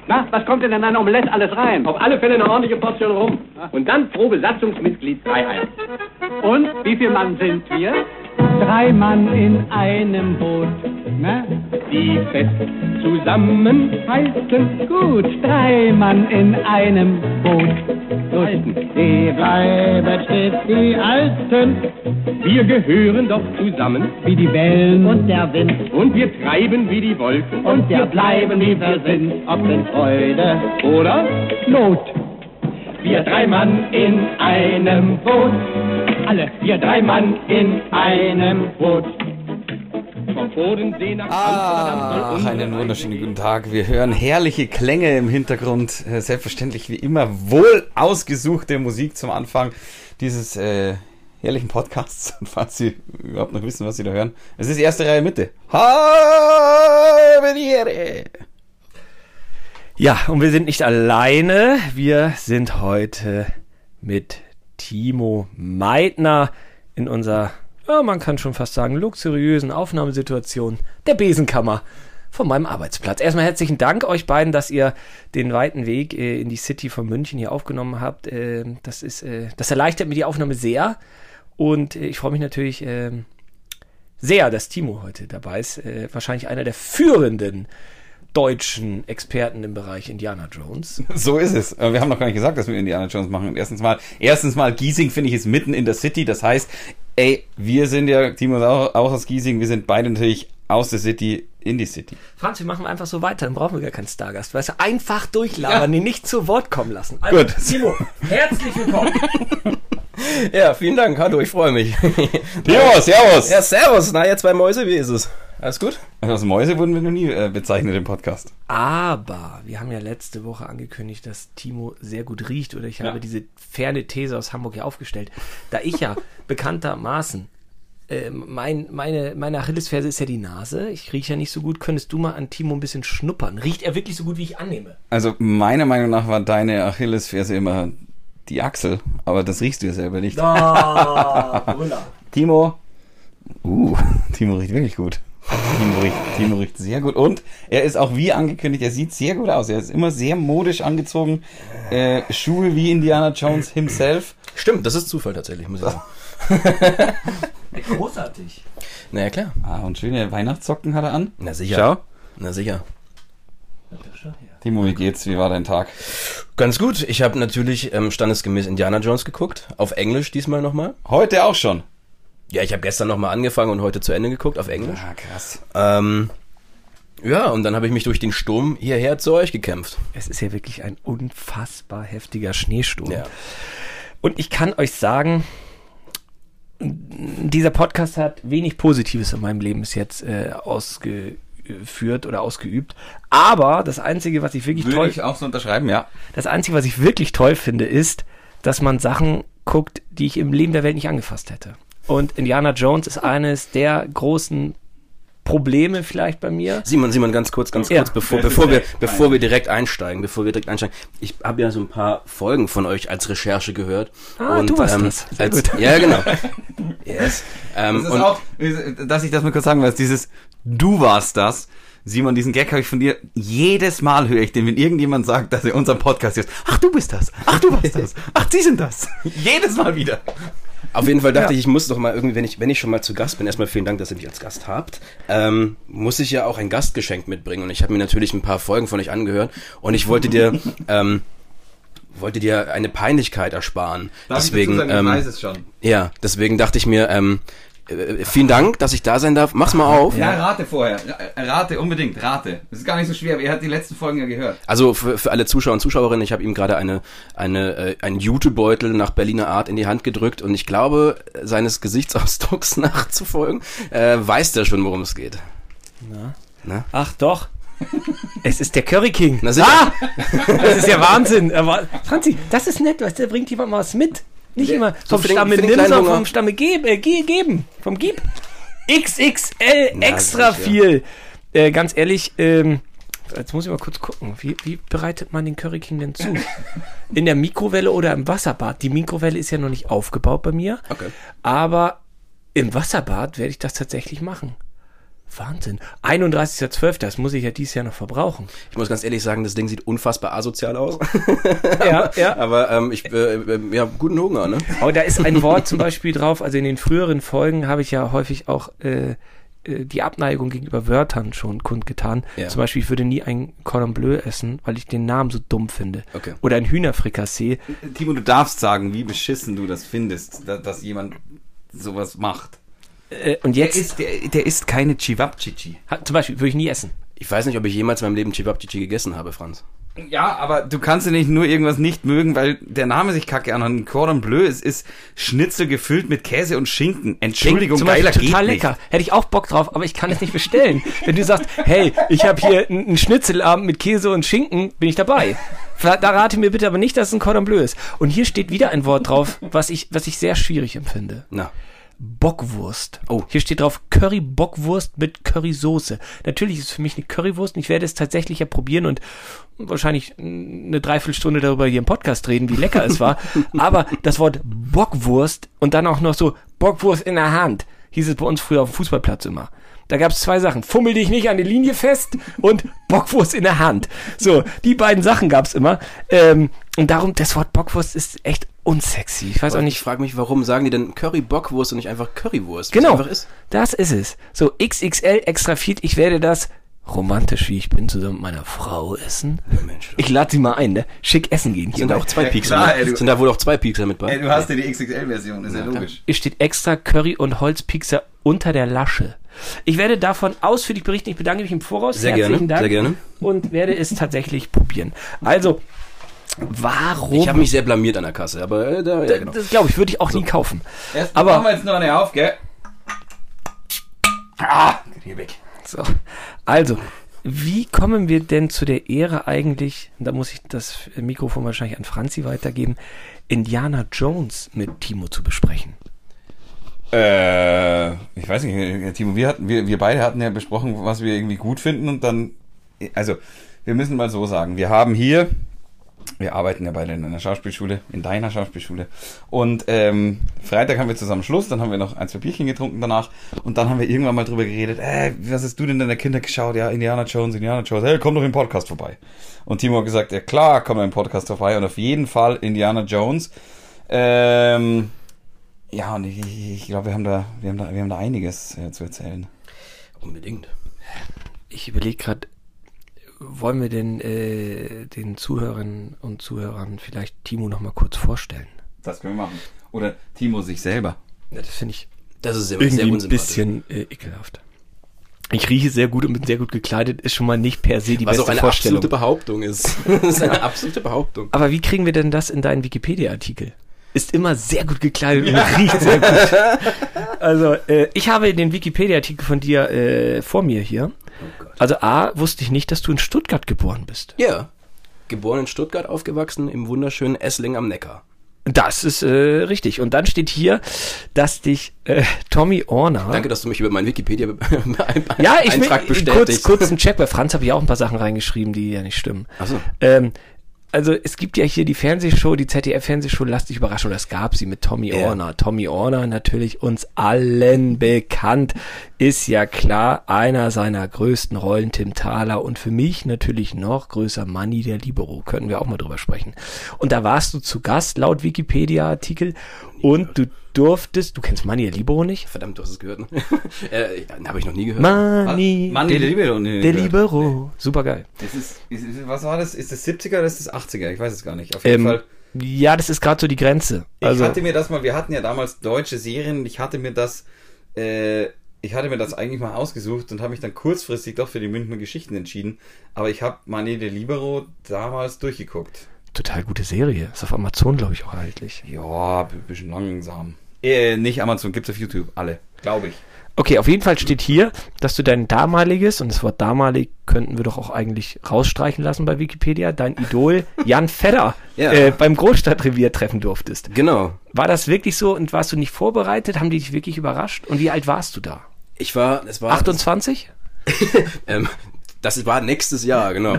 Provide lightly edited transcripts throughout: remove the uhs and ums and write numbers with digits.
Na, was kommt denn in ein Omelett alles rein? Auf alle Fälle eine ordentliche Portion rum. Und dann pro Besatzungsmitglied 3 Eier. Und wie viele Mann sind wir? 3 Mann in einem Boot, na? Die fest zusammenhalten. Gut, 3 Mann in einem Boot. Gut, die bleiben stets die Alten, Wir gehören doch zusammen. wie die Wellen und der Wind. Und wir treiben wie die Wolken. Und wir bleiben, wie wir sind, ob in Freude Oder? Not. Wir 3 Mann in einem Boot. Alle, Wir 3 Mann in einem Boot. Vom Bodensee nach Ach, einen wunderschönen guten Tag. Wir hören herrliche Klänge im Hintergrund. Selbstverständlich wie immer wohl ausgesuchte Musik zum Anfang dieses herrlichen Podcasts. Falls Sie überhaupt noch wissen, was Sie da hören. Es ist erste Reihe Mitte. Ja, und wir sind nicht alleine. Wir sind heute mit Timo Meitner in unserer, ja, man kann schon fast sagen, luxuriösen Aufnahmesituation der Besenkammer von meinem Arbeitsplatz. Erstmal herzlichen Dank euch beiden, dass ihr den weiten Weg in die City von München hier aufgenommen habt. Das erleichtert mir die Aufnahme sehr. Und ich freue mich natürlich sehr, dass Timo heute dabei ist. Wahrscheinlich einer der führenden deutschen Experten im Bereich Indiana Jones. So ist es. Wir haben noch gar nicht gesagt, dass wir Indiana Jones machen. Erstens mal Giesing, finde ich, ist mitten in der City. Das heißt, wir sind ja, Timo ist auch aus Giesing, wir sind beide natürlich aus der City in die City. Franz, wir machen einfach so weiter, dann brauchen wir gar keinen Stargast. Weißt du, einfach durchlabern, ihn nicht zu Wort kommen lassen. Also, Gut. Timo, herzlich willkommen. Ja, vielen Dank. Hallo, ich freue mich. Timo, servus! Ja, servus. Na, ihr 2 Mäuse, wie ist es? Alles gut? Als Mäuse wurden wir noch nie bezeichnet im Podcast. Aber wir haben ja letzte Woche angekündigt, dass Timo sehr gut riecht, oder ich habe diese ferne These aus Hamburg hier aufgestellt. Da ich ja bekanntermaßen, meine Achillesferse ist ja die Nase, ich rieche ja nicht so gut, könntest du mal an Timo ein bisschen schnuppern? Riecht er wirklich so gut, wie ich annehme? Also meiner Meinung nach war deine Achillesferse immer die Achsel, aber das riechst du ja selber nicht. Timo riecht wirklich gut. Timo riecht sehr gut und er ist auch wie angekündigt, er sieht sehr gut aus. Er ist immer sehr modisch angezogen, Schuhe wie Indiana Jones himself. Stimmt, das ist Zufall tatsächlich, muss ich sagen. Großartig. Naja, klar. Und schöne Weihnachtssocken hat er an. Na sicher. Schau. Na sicher. Timo, wie geht's? Wie war dein Tag? Ganz gut. Ich habe natürlich standesgemäß Indiana Jones geguckt. Auf Englisch diesmal nochmal. Heute auch schon. Ja, ich habe gestern nochmal angefangen und heute zu Ende geguckt auf Englisch. Ah, krass. Ja, und dann habe ich mich durch den Sturm hierher zu euch gekämpft. Es ist ja wirklich ein unfassbar heftiger Schneesturm. Ja. Und ich kann euch sagen, dieser Podcast hat wenig Positives in meinem Leben bis jetzt ausgeführt oder ausgeübt. Aber das Einzige, was ich wirklich Würde ich auch so unterschreiben, ja. Das Einzige, was ich wirklich toll finde, ist, dass man Sachen guckt, die ich im Leben der Welt nicht angefasst hätte. Und Indiana Jones ist eines der großen Probleme vielleicht bei mir. Simon, ganz kurz, bevor wir direkt einsteigen. Ich habe ja so ein paar Folgen von euch als Recherche gehört. Und, du warst das. Sehr gut. Ja, genau. Yes. Das ist auch, dass ich das mal kurz sagen will, dieses Du warst das. Simon, diesen Gag habe ich von dir, jedes Mal höre ich den, wenn irgendjemand sagt, dass er unseren Podcast ist. Ach, du bist das. Ach, du warst das. Ach, sie sind das. Jedes Mal wieder. Auf jeden Fall dachte ich muss doch mal irgendwie, wenn ich schon mal zu Gast bin, erstmal vielen Dank, dass ihr mich als Gast habt, muss ich ja auch ein Gastgeschenk mitbringen. Und ich habe mir natürlich ein paar Folgen von euch angehört und ich wollte dir eine Peinlichkeit ersparen. Deswegen, ich weiß es schon. Ja, deswegen dachte ich mir, vielen Dank, dass ich da sein darf. Mach's mal auf. Ja, rate vorher. Rate, unbedingt, rate. Das ist gar nicht so schwer, aber er hat die letzten Folgen ja gehört. Also für alle Zuschauer und Zuschauerinnen, ich habe ihm gerade einen Jutebeutel nach Berliner Art in die Hand gedrückt und ich glaube, seines Gesichtsausdrucks nachzufolgen, weiß der schon, worum es geht. Na? Ach doch. Es ist der Curry King. Na sicher. Das ist ja Wahnsinn. Aber Franzi, das ist nett, weißt du, da bringt jemand mal was mit. Nicht immer vom Stamme nimm, sondern vom Stamme geben. Vom Gib. XXL extra viel. Ganz ehrlich, jetzt muss ich mal kurz gucken. Wie bereitet man den Curry King denn zu? In der Mikrowelle oder im Wasserbad? Die Mikrowelle ist ja noch nicht aufgebaut bei mir. Okay. Aber im Wasserbad werde ich das tatsächlich machen. Wahnsinn. 31.12., das muss ich ja dieses Jahr noch verbrauchen. Ich muss ganz ehrlich sagen, das Ding sieht unfassbar asozial aus. Ja. Aber guten Hunger, ne? Aber da ist ein Wort zum Beispiel drauf, also in den früheren Folgen habe ich ja häufig auch die Abneigung gegenüber Wörtern schon kundgetan. Ja. Zum Beispiel, ich würde nie ein Cordon Bleu essen, weil ich den Namen so dumm finde. Okay. Oder ein Hühnerfrikassee. Timo, du darfst sagen, wie beschissen du das findest, dass jemand sowas macht. Und jetzt... Der isst keine Cevapcici. Zum Beispiel, würde ich nie essen. Ich weiß nicht, ob ich jemals in meinem Leben Cevapcici gegessen habe, Franz. Ja, aber du kannst ja nicht nur irgendwas nicht mögen, weil der Name sich kacke anhört. Ein Cordon Bleu ist Schnitzel gefüllt mit Käse und Schinken. Entschuldigung, zum Beispiel geiler geht total nicht. lecker. Hätte ich auch Bock drauf, aber ich kann es nicht bestellen. Wenn du sagst, hey, ich habe hier einen Schnitzelabend mit Käse und Schinken, bin ich dabei. Da rate mir bitte aber nicht, dass es ein Cordon Bleu ist. Und hier steht wieder ein Wort drauf, was ich sehr schwierig empfinde. Na. Bockwurst. Oh. Hier steht drauf Curry-Bockwurst mit Currysoße. Natürlich ist es für mich eine Currywurst und ich werde es tatsächlich ja probieren und wahrscheinlich eine Dreiviertelstunde darüber hier im Podcast reden, wie lecker es war. Aber das Wort Bockwurst und dann auch noch so Bockwurst in der Hand, hieß es bei uns früher auf dem Fußballplatz immer. Da gab es 2 Sachen. Fummel dich nicht an die Linie fest und Bockwurst in der Hand. So, die beiden Sachen gab es immer. Und darum, das Wort Bockwurst ist echt unsexy. Ich weiß auch nicht. Ich frage mich, warum sagen die denn Curry-Bockwurst und nicht einfach Currywurst? Genau, einfach ist? Das ist es. So, XXL extra viel. Ich werde das, romantisch wie ich bin, zusammen mit meiner Frau essen. Ja, Mensch. Ich lade sie mal ein, ne? Schick essen gehen. Sind da auch 2 Piekser klar, mit? Sind da wohl auch 2 Piekser mit bei? Ey, du hast ja die XXL-Version, ist ja logisch. Hier steht extra Curry und Holzpiekser unter der Lasche. Ich werde davon ausführlich berichten. Ich bedanke mich im Voraus. Sehr Herzlichen gerne, Dank. sehr gerne. Und werde es tatsächlich probieren. Also, warum? Ich habe mich sehr blamiert an der Kasse, aber genau. Das glaube ich, würde ich auch nie kaufen. Erst Aber- machen wir jetzt noch eine auf, gell? Hier weg. So. Also, wie kommen wir denn zu der Ehre eigentlich, da muss ich das Mikrofon wahrscheinlich an Franzi weitergeben, Indiana Jones mit Timo zu besprechen? Ich weiß nicht, Timo, wir beide hatten ja besprochen, was wir irgendwie gut finden und dann, also, wir müssen mal so sagen, wir arbeiten ja beide in einer Schauspielschule, in deiner Schauspielschule und Freitag haben wir zusammen Schluss, dann haben wir noch 1, 2 Bierchen getrunken danach und dann haben wir irgendwann mal drüber geredet, was hast du denn deiner Kinder geschaut? Ja, Indiana Jones, hey, komm doch im Podcast vorbei. Und Timo hat gesagt, ja klar, komm im Podcast vorbei und auf jeden Fall Indiana Jones. Ja, und ich glaube, wir haben da einiges zu erzählen. Unbedingt. Ich überlege gerade, wollen wir denn den Zuhörerinnen und Zuhörern vielleicht Timo noch mal kurz vorstellen? Das können wir machen. Oder Timo sich selber. Ja, das finde ich Das ist sehr irgendwie ein unsympathisch. bisschen ekelhaft. Ich rieche sehr gut und bin sehr gut gekleidet, ist schon mal nicht per se die Was auch beste eine Vorstellung. absolute Behauptung ist. Das ist eine absolute Behauptung. Aber wie kriegen wir denn das in deinen Wikipedia-Artikel? Ist immer sehr gut gekleidet und riecht sehr gut. Also, ich habe den Wikipedia-Artikel von dir vor mir hier. Oh Gott. Also A, wusste ich nicht, dass du in Stuttgart geboren bist. Ja. Geboren in Stuttgart, aufgewachsen im wunderschönen Esslingen am Neckar. Das ist richtig. Und dann steht hier, dass dich Tommy Orner... Danke, dass du mich über meinen Ja, ich Wikipedia-Eintrag will bestätigst. kurz einen Check. Bei Franz habe ich auch ein paar Sachen reingeschrieben, die ja nicht stimmen. Ach so. Also es gibt ja hier die Fernsehshow, die ZDF-Fernsehshow, lass dich überraschen, das gab sie mit Tommy Orner. Tommy Orner, natürlich uns allen bekannt, ist ja klar einer seiner größten Rollen, Tim Thaler, und für mich natürlich noch größer Manni der Libero, können wir auch mal drüber sprechen. Und da warst du zu Gast, laut Wikipedia-Artikel, und du durftest, du kennst Manni der Libero nicht? Verdammt, du hast es gehört, ne? Habe ich noch nie gehört. Manni der Libero. der Libero, super geil. Was war das? Ist das 70er oder ist das 80er? Ich weiß es gar nicht. Auf jeden Fall. Ja, das ist gerade so die Grenze. Ich hatte mir das mal, wir hatten ja damals deutsche Serien, ich hatte mir das eigentlich mal ausgesucht und habe mich dann kurzfristig doch für die Münchner Geschichten entschieden. Aber ich habe Manni der Libero damals durchgeguckt. Total gute Serie. Ist auf Amazon, glaube ich, auch erhältlich. Ja, ein bisschen langsam. Nicht Amazon, gibt's auf YouTube, alle, glaube ich. Okay, auf jeden Fall steht hier, dass du dein damaliges, und das Wort damalig könnten wir doch auch eigentlich rausstreichen lassen bei Wikipedia, dein Idol Jan Fedder beim Großstadtrevier treffen durftest. Genau. War das wirklich so und warst du nicht vorbereitet? Haben die dich wirklich überrascht? Und wie alt warst du da? Es war 28? Das war nächstes Jahr, genau.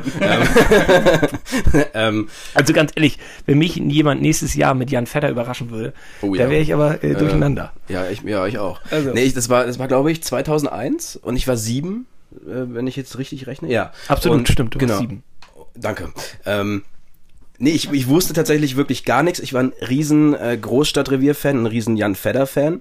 Also ganz ehrlich, wenn mich jemand nächstes Jahr mit Jan Fedder überraschen würde, Oh da ja. wäre ich aber durcheinander. Ja, ich auch. Also. Nee, das war glaube ich 2001 und ich war 7, wenn ich jetzt richtig rechne. Ja, Absolut, und, stimmt, du warst genau. 7. Danke. Nee, ich wusste tatsächlich wirklich gar nichts. Ich war ein riesen Großstadtrevier-Fan, ein riesen Jan Fedder-Fan.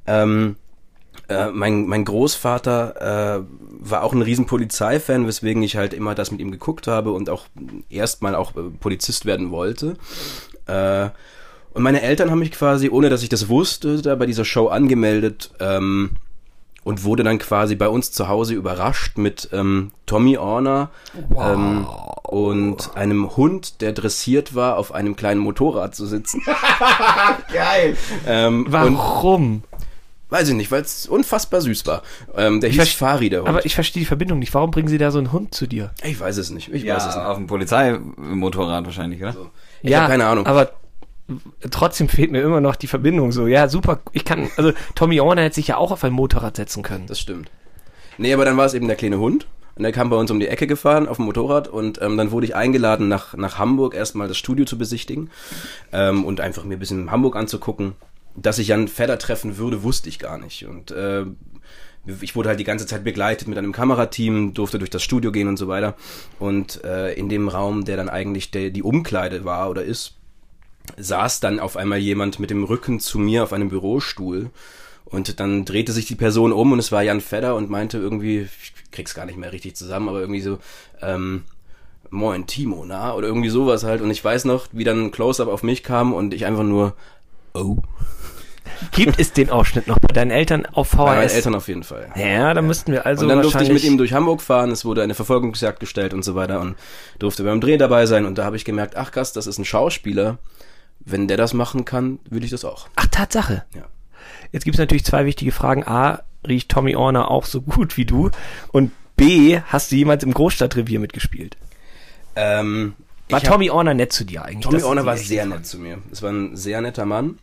Mein Großvater war auch ein riesen Polizeifan, weswegen ich halt immer das mit ihm geguckt habe und auch erstmal auch Polizist werden wollte. Und meine Eltern haben mich quasi, ohne dass ich das wusste, da bei dieser Show angemeldet und wurde dann quasi bei uns zu Hause überrascht mit Tommy Orner und einem Hund, der dressiert war, auf einem kleinen Motorrad zu sitzen. Geil. Warum? Weiß ich nicht, weil es unfassbar süß war. Der hieß Fari, der Hund. Aber ich verstehe die Verbindung nicht. Warum bringen sie da so einen Hund zu dir? Ich weiß es nicht. Auf dem Polizeimotorrad wahrscheinlich, oder? Ich habe keine Ahnung. Aber trotzdem fehlt mir immer noch die Verbindung so. Ja, super. Also Tommy Orner hätte sich ja auch auf ein Motorrad setzen können. Das stimmt. Nee, aber dann war es eben der kleine Hund. Und der kam bei uns um die Ecke gefahren auf dem Motorrad und dann wurde ich eingeladen, nach Hamburg erstmal das Studio zu besichtigen und einfach mir ein bisschen Hamburg anzugucken. Dass ich Jan Fedder treffen würde, wusste ich gar nicht. Und ich wurde halt die ganze Zeit begleitet mit einem Kamerateam, durfte durch das Studio gehen und so weiter. Und in dem Raum, der dann eigentlich die Umkleide war oder ist, saß dann auf einmal jemand mit dem Rücken zu mir auf einem Bürostuhl. Und dann drehte sich die Person um und es war Jan Fedder und meinte irgendwie, ich krieg's gar nicht mehr richtig zusammen, aber irgendwie so, moin Timo, na? Oder irgendwie sowas halt. Und ich weiß noch, wie dann ein Close-Up auf mich kam und ich einfach nur, oh. Gibt es den Ausschnitt noch bei deinen Eltern auf VHS? Bei meinen Eltern auf jeden Fall. Ja, da müssten wir also und dann durfte ich wahrscheinlich... mit ihm durch Hamburg fahren, es wurde eine Verfolgungsjagd gestellt und so weiter und durfte beim Dreh dabei sein und da habe ich gemerkt, ach krass, das ist ein Schauspieler. Wenn der das machen kann, will ich das auch. Ach, Tatsache. Ja. Jetzt gibt es natürlich zwei wichtige Fragen. A, riecht Tommy Orner auch so gut wie du? Und B, hast du jemals im Großstadtrevier mitgespielt? War Tommy Orner nett zu dir eigentlich? Tommy Orner war sehr nett zu mir. Es war ein sehr netter Mann.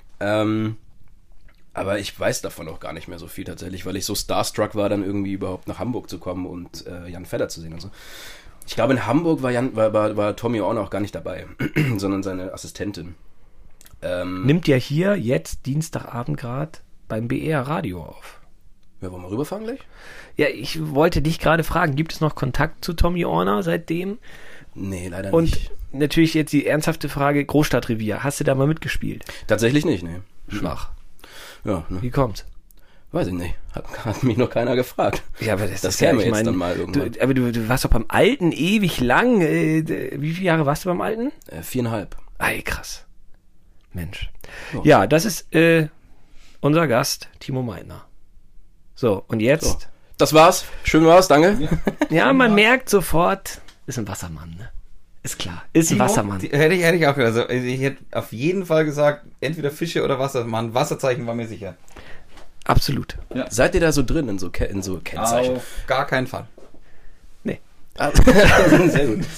Aber ich weiß davon auch gar nicht mehr so viel tatsächlich, weil ich so starstruck war, dann irgendwie überhaupt nach Hamburg zu kommen und Jan Fedder zu sehen und so. Ich glaube, in Hamburg war Tommy Orner auch gar nicht dabei, sondern seine Assistentin. Nimmt ja hier jetzt Dienstagabend gerade beim BR Radio auf. Ja, wollen wir rüberfahren gleich? Ja, ich wollte dich gerade fragen, gibt es noch Kontakt zu Tommy Orner seitdem? Nee, leider und nicht. Und natürlich jetzt die ernsthafte Frage, Großstadtrevier, hast du da mal mitgespielt? Tatsächlich nicht, nee. Schwach. Ja, ne. Wie kommt's? Weiß ich nicht. Hat mich noch keiner gefragt. Ja, aber das käme ja, jetzt mein, dann mal irgendwann. Du warst doch beim Alten ewig lang. Wie viele Jahre warst du beim Alten? 4,5. Ey, krass. Mensch. Oh. Ja, das ist unser Gast, Timo Meitner. So, und jetzt? So. Das war's. Schön war's, danke. Ja, man merkt sofort, ist ein Wassermann, ne? Ist klar, ist ein Wassermann. Hätte ich auch gehört. Also ich hätte auf jeden Fall gesagt, entweder Fische oder Wassermann. Wasserzeichen war mir sicher. Absolut. Ja. Seid ihr da so drin in so Kennzeichen? Auf gar keinen Fall. Nee. Sehr gut.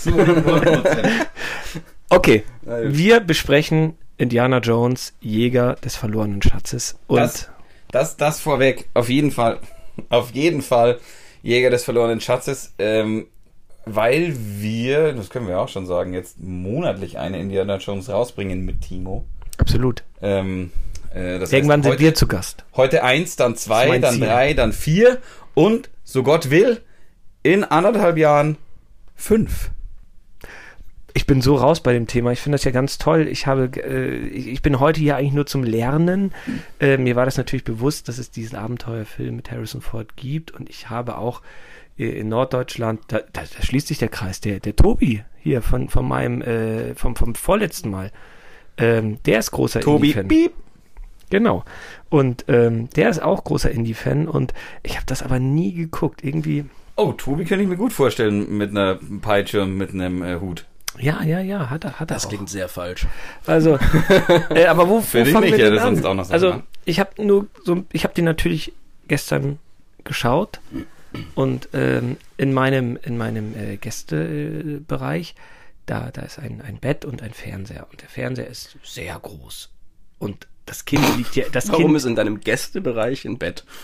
Okay, wir besprechen Indiana Jones, Jäger des verlorenen Schatzes. Und das vorweg, auf jeden Fall, Jäger des verlorenen Schatzes, weil wir, das können wir auch schon sagen, jetzt monatlich eine Indiana Jones rausbringen mit Timo. Absolut. Irgendwann sind wir zu Gast. Heute 1, dann 2, dann Ziel. 3, dann 4 und, so Gott will, in 1,5 Jahren 5. Ich bin so raus bei dem Thema. Ich finde das ja ganz toll. Ich bin heute hier eigentlich nur zum Lernen. Mir war das natürlich bewusst, dass es diesen Abenteuerfilm mit Harrison Ford gibt. Und ich habe auch in Norddeutschland, da schließt sich der Kreis, der Tobi hier vom vorletzten Mal. Der ist großer Indie-Fan. Piep. Genau. Und der ist auch großer Indie-Fan. Und ich habe das aber nie geguckt. Irgendwie. Oh, Tobi kann ich mir gut vorstellen mit einer Peitsche und mit einem Hut. Ja, hat er Das auch. klingt sehr falsch. Also, aber wo Für dich fangen nicht, wir ja, denn das an? sonst auch noch sagen, Also, ne? ich habe den natürlich gestern geschaut und in meinem Gästebereich, da ist ein Bett und ein Fernseher und der Fernseher ist sehr groß und das Kind liegt ja. Warum ist in deinem Gästebereich ein Bett?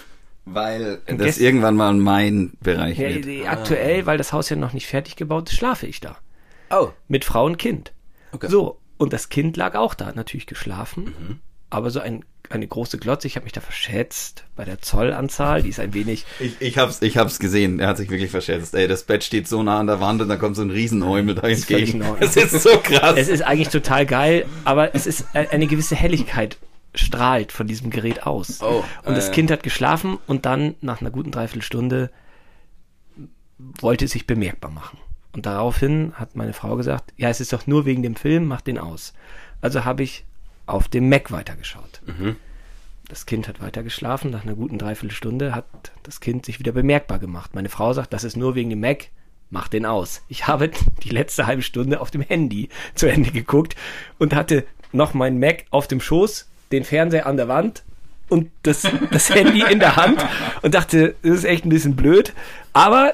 Weil das irgendwann mal mein Bereich Ja, wird. aktuell, weil das Haus ja noch nicht fertig gebaut ist, schlafe ich da. Oh. Mit Frau und Kind. Okay. So, und das Kind lag auch da, natürlich geschlafen, aber so eine große Glotze, ich habe mich da verschätzt bei der Zollanzahl, die ist ein wenig... Ich hab's gesehen, er hat sich wirklich verschätzt. Ey, das Bett steht so nah an der Wand und da kommt so ein Riesenhäumel da völlig in entgegen. Ordnung. Das ist so krass. Es ist eigentlich total geil, aber es ist eine gewisse Helligkeit strahlt von diesem Gerät aus. Oh, und das Kind hat geschlafen und dann nach einer guten Dreiviertelstunde wollte es sich bemerkbar machen. Und daraufhin hat meine Frau gesagt, ja, es ist doch nur wegen dem Film, mach den aus. Also habe ich auf dem Mac weitergeschaut. Das Kind hat weiter geschlafen, nach einer guten Dreiviertelstunde hat das Kind sich wieder bemerkbar gemacht. Meine Frau sagt, das ist nur wegen dem Mac, mach den aus. Ich habe die letzte halbe Stunde auf dem Handy zu Ende geguckt und hatte noch meinen Mac auf dem Schoß, den Fernseher an der Wand und das Handy in der Hand und dachte, das ist echt ein bisschen blöd. Aber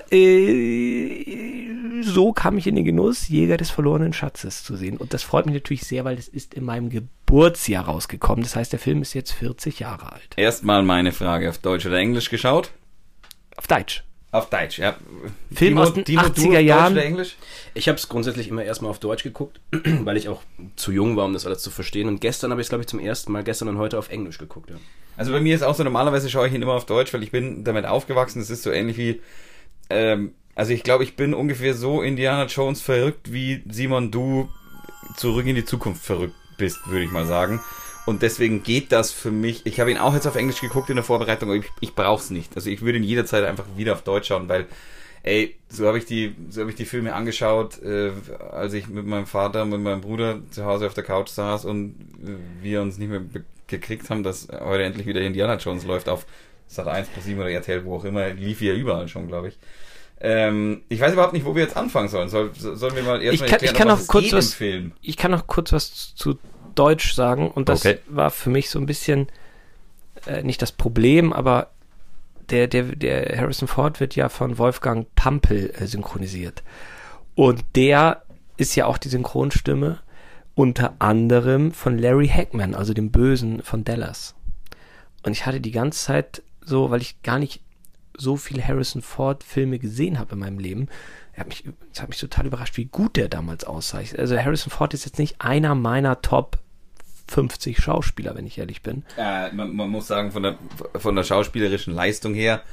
so kam ich in den Genuss, Jäger des verlorenen Schatzes zu sehen. Und das freut mich natürlich sehr, weil es ist in meinem Geburtsjahr rausgekommen. Das heißt, der Film ist jetzt 40 Jahre alt. Erstmal meine Frage, auf Deutsch oder Englisch geschaut? Auf Deutsch. Auf Deutsch, ja. Film aus den 80er du Jahren. Deutsch oder Englisch? Ich habe es grundsätzlich immer erstmal auf Deutsch geguckt, weil ich auch zu jung war, um das alles zu verstehen. Und gestern habe ich es, glaube ich, zum ersten Mal gestern und heute auf Englisch geguckt. Ja. Also bei mir ist auch so, normalerweise schaue ich ihn immer auf Deutsch, weil ich bin damit aufgewachsen. Es ist so ähnlich wie, also ich glaube, ich bin ungefähr so Indiana Jones verrückt, wie Simon, du zurück in die Zukunft verrückt bist, würde ich mal sagen. Und deswegen geht das für mich. Ich habe ihn auch jetzt auf Englisch geguckt in der Vorbereitung, aber ich brauche es nicht. Also ich würde ihn jederzeit einfach wieder auf Deutsch schauen, weil, ey, so habe ich die Filme angeschaut, als ich mit meinem Vater und mit meinem Bruder zu Hause auf der Couch saß und wir uns nicht mehr gekriegt haben, dass heute endlich wieder Indiana Jones läuft auf Sat.1 plus 7 oder RTL, wo auch immer, lief ja überall schon, glaube ich. Ich weiß überhaupt nicht, wo wir jetzt anfangen sollen. Sollen wir mal erstmal erklären, ich kann noch kurz was zu Deutsch sagen und das war für mich so ein bisschen nicht das Problem, aber der Harrison Ford wird ja von Wolfgang Pampel synchronisiert und der ist ja auch die Synchronstimme unter anderem von Larry Hagman, also dem Bösen von Dallas. Und ich hatte die ganze Zeit so, weil ich gar nicht so viele Harrison Ford Filme gesehen habe in meinem Leben, es hat mich total überrascht, wie gut der damals aussah. Also Harrison Ford ist jetzt nicht einer meiner Top 50 Schauspieler, wenn ich ehrlich bin. Man muss sagen, von der schauspielerischen Leistung her,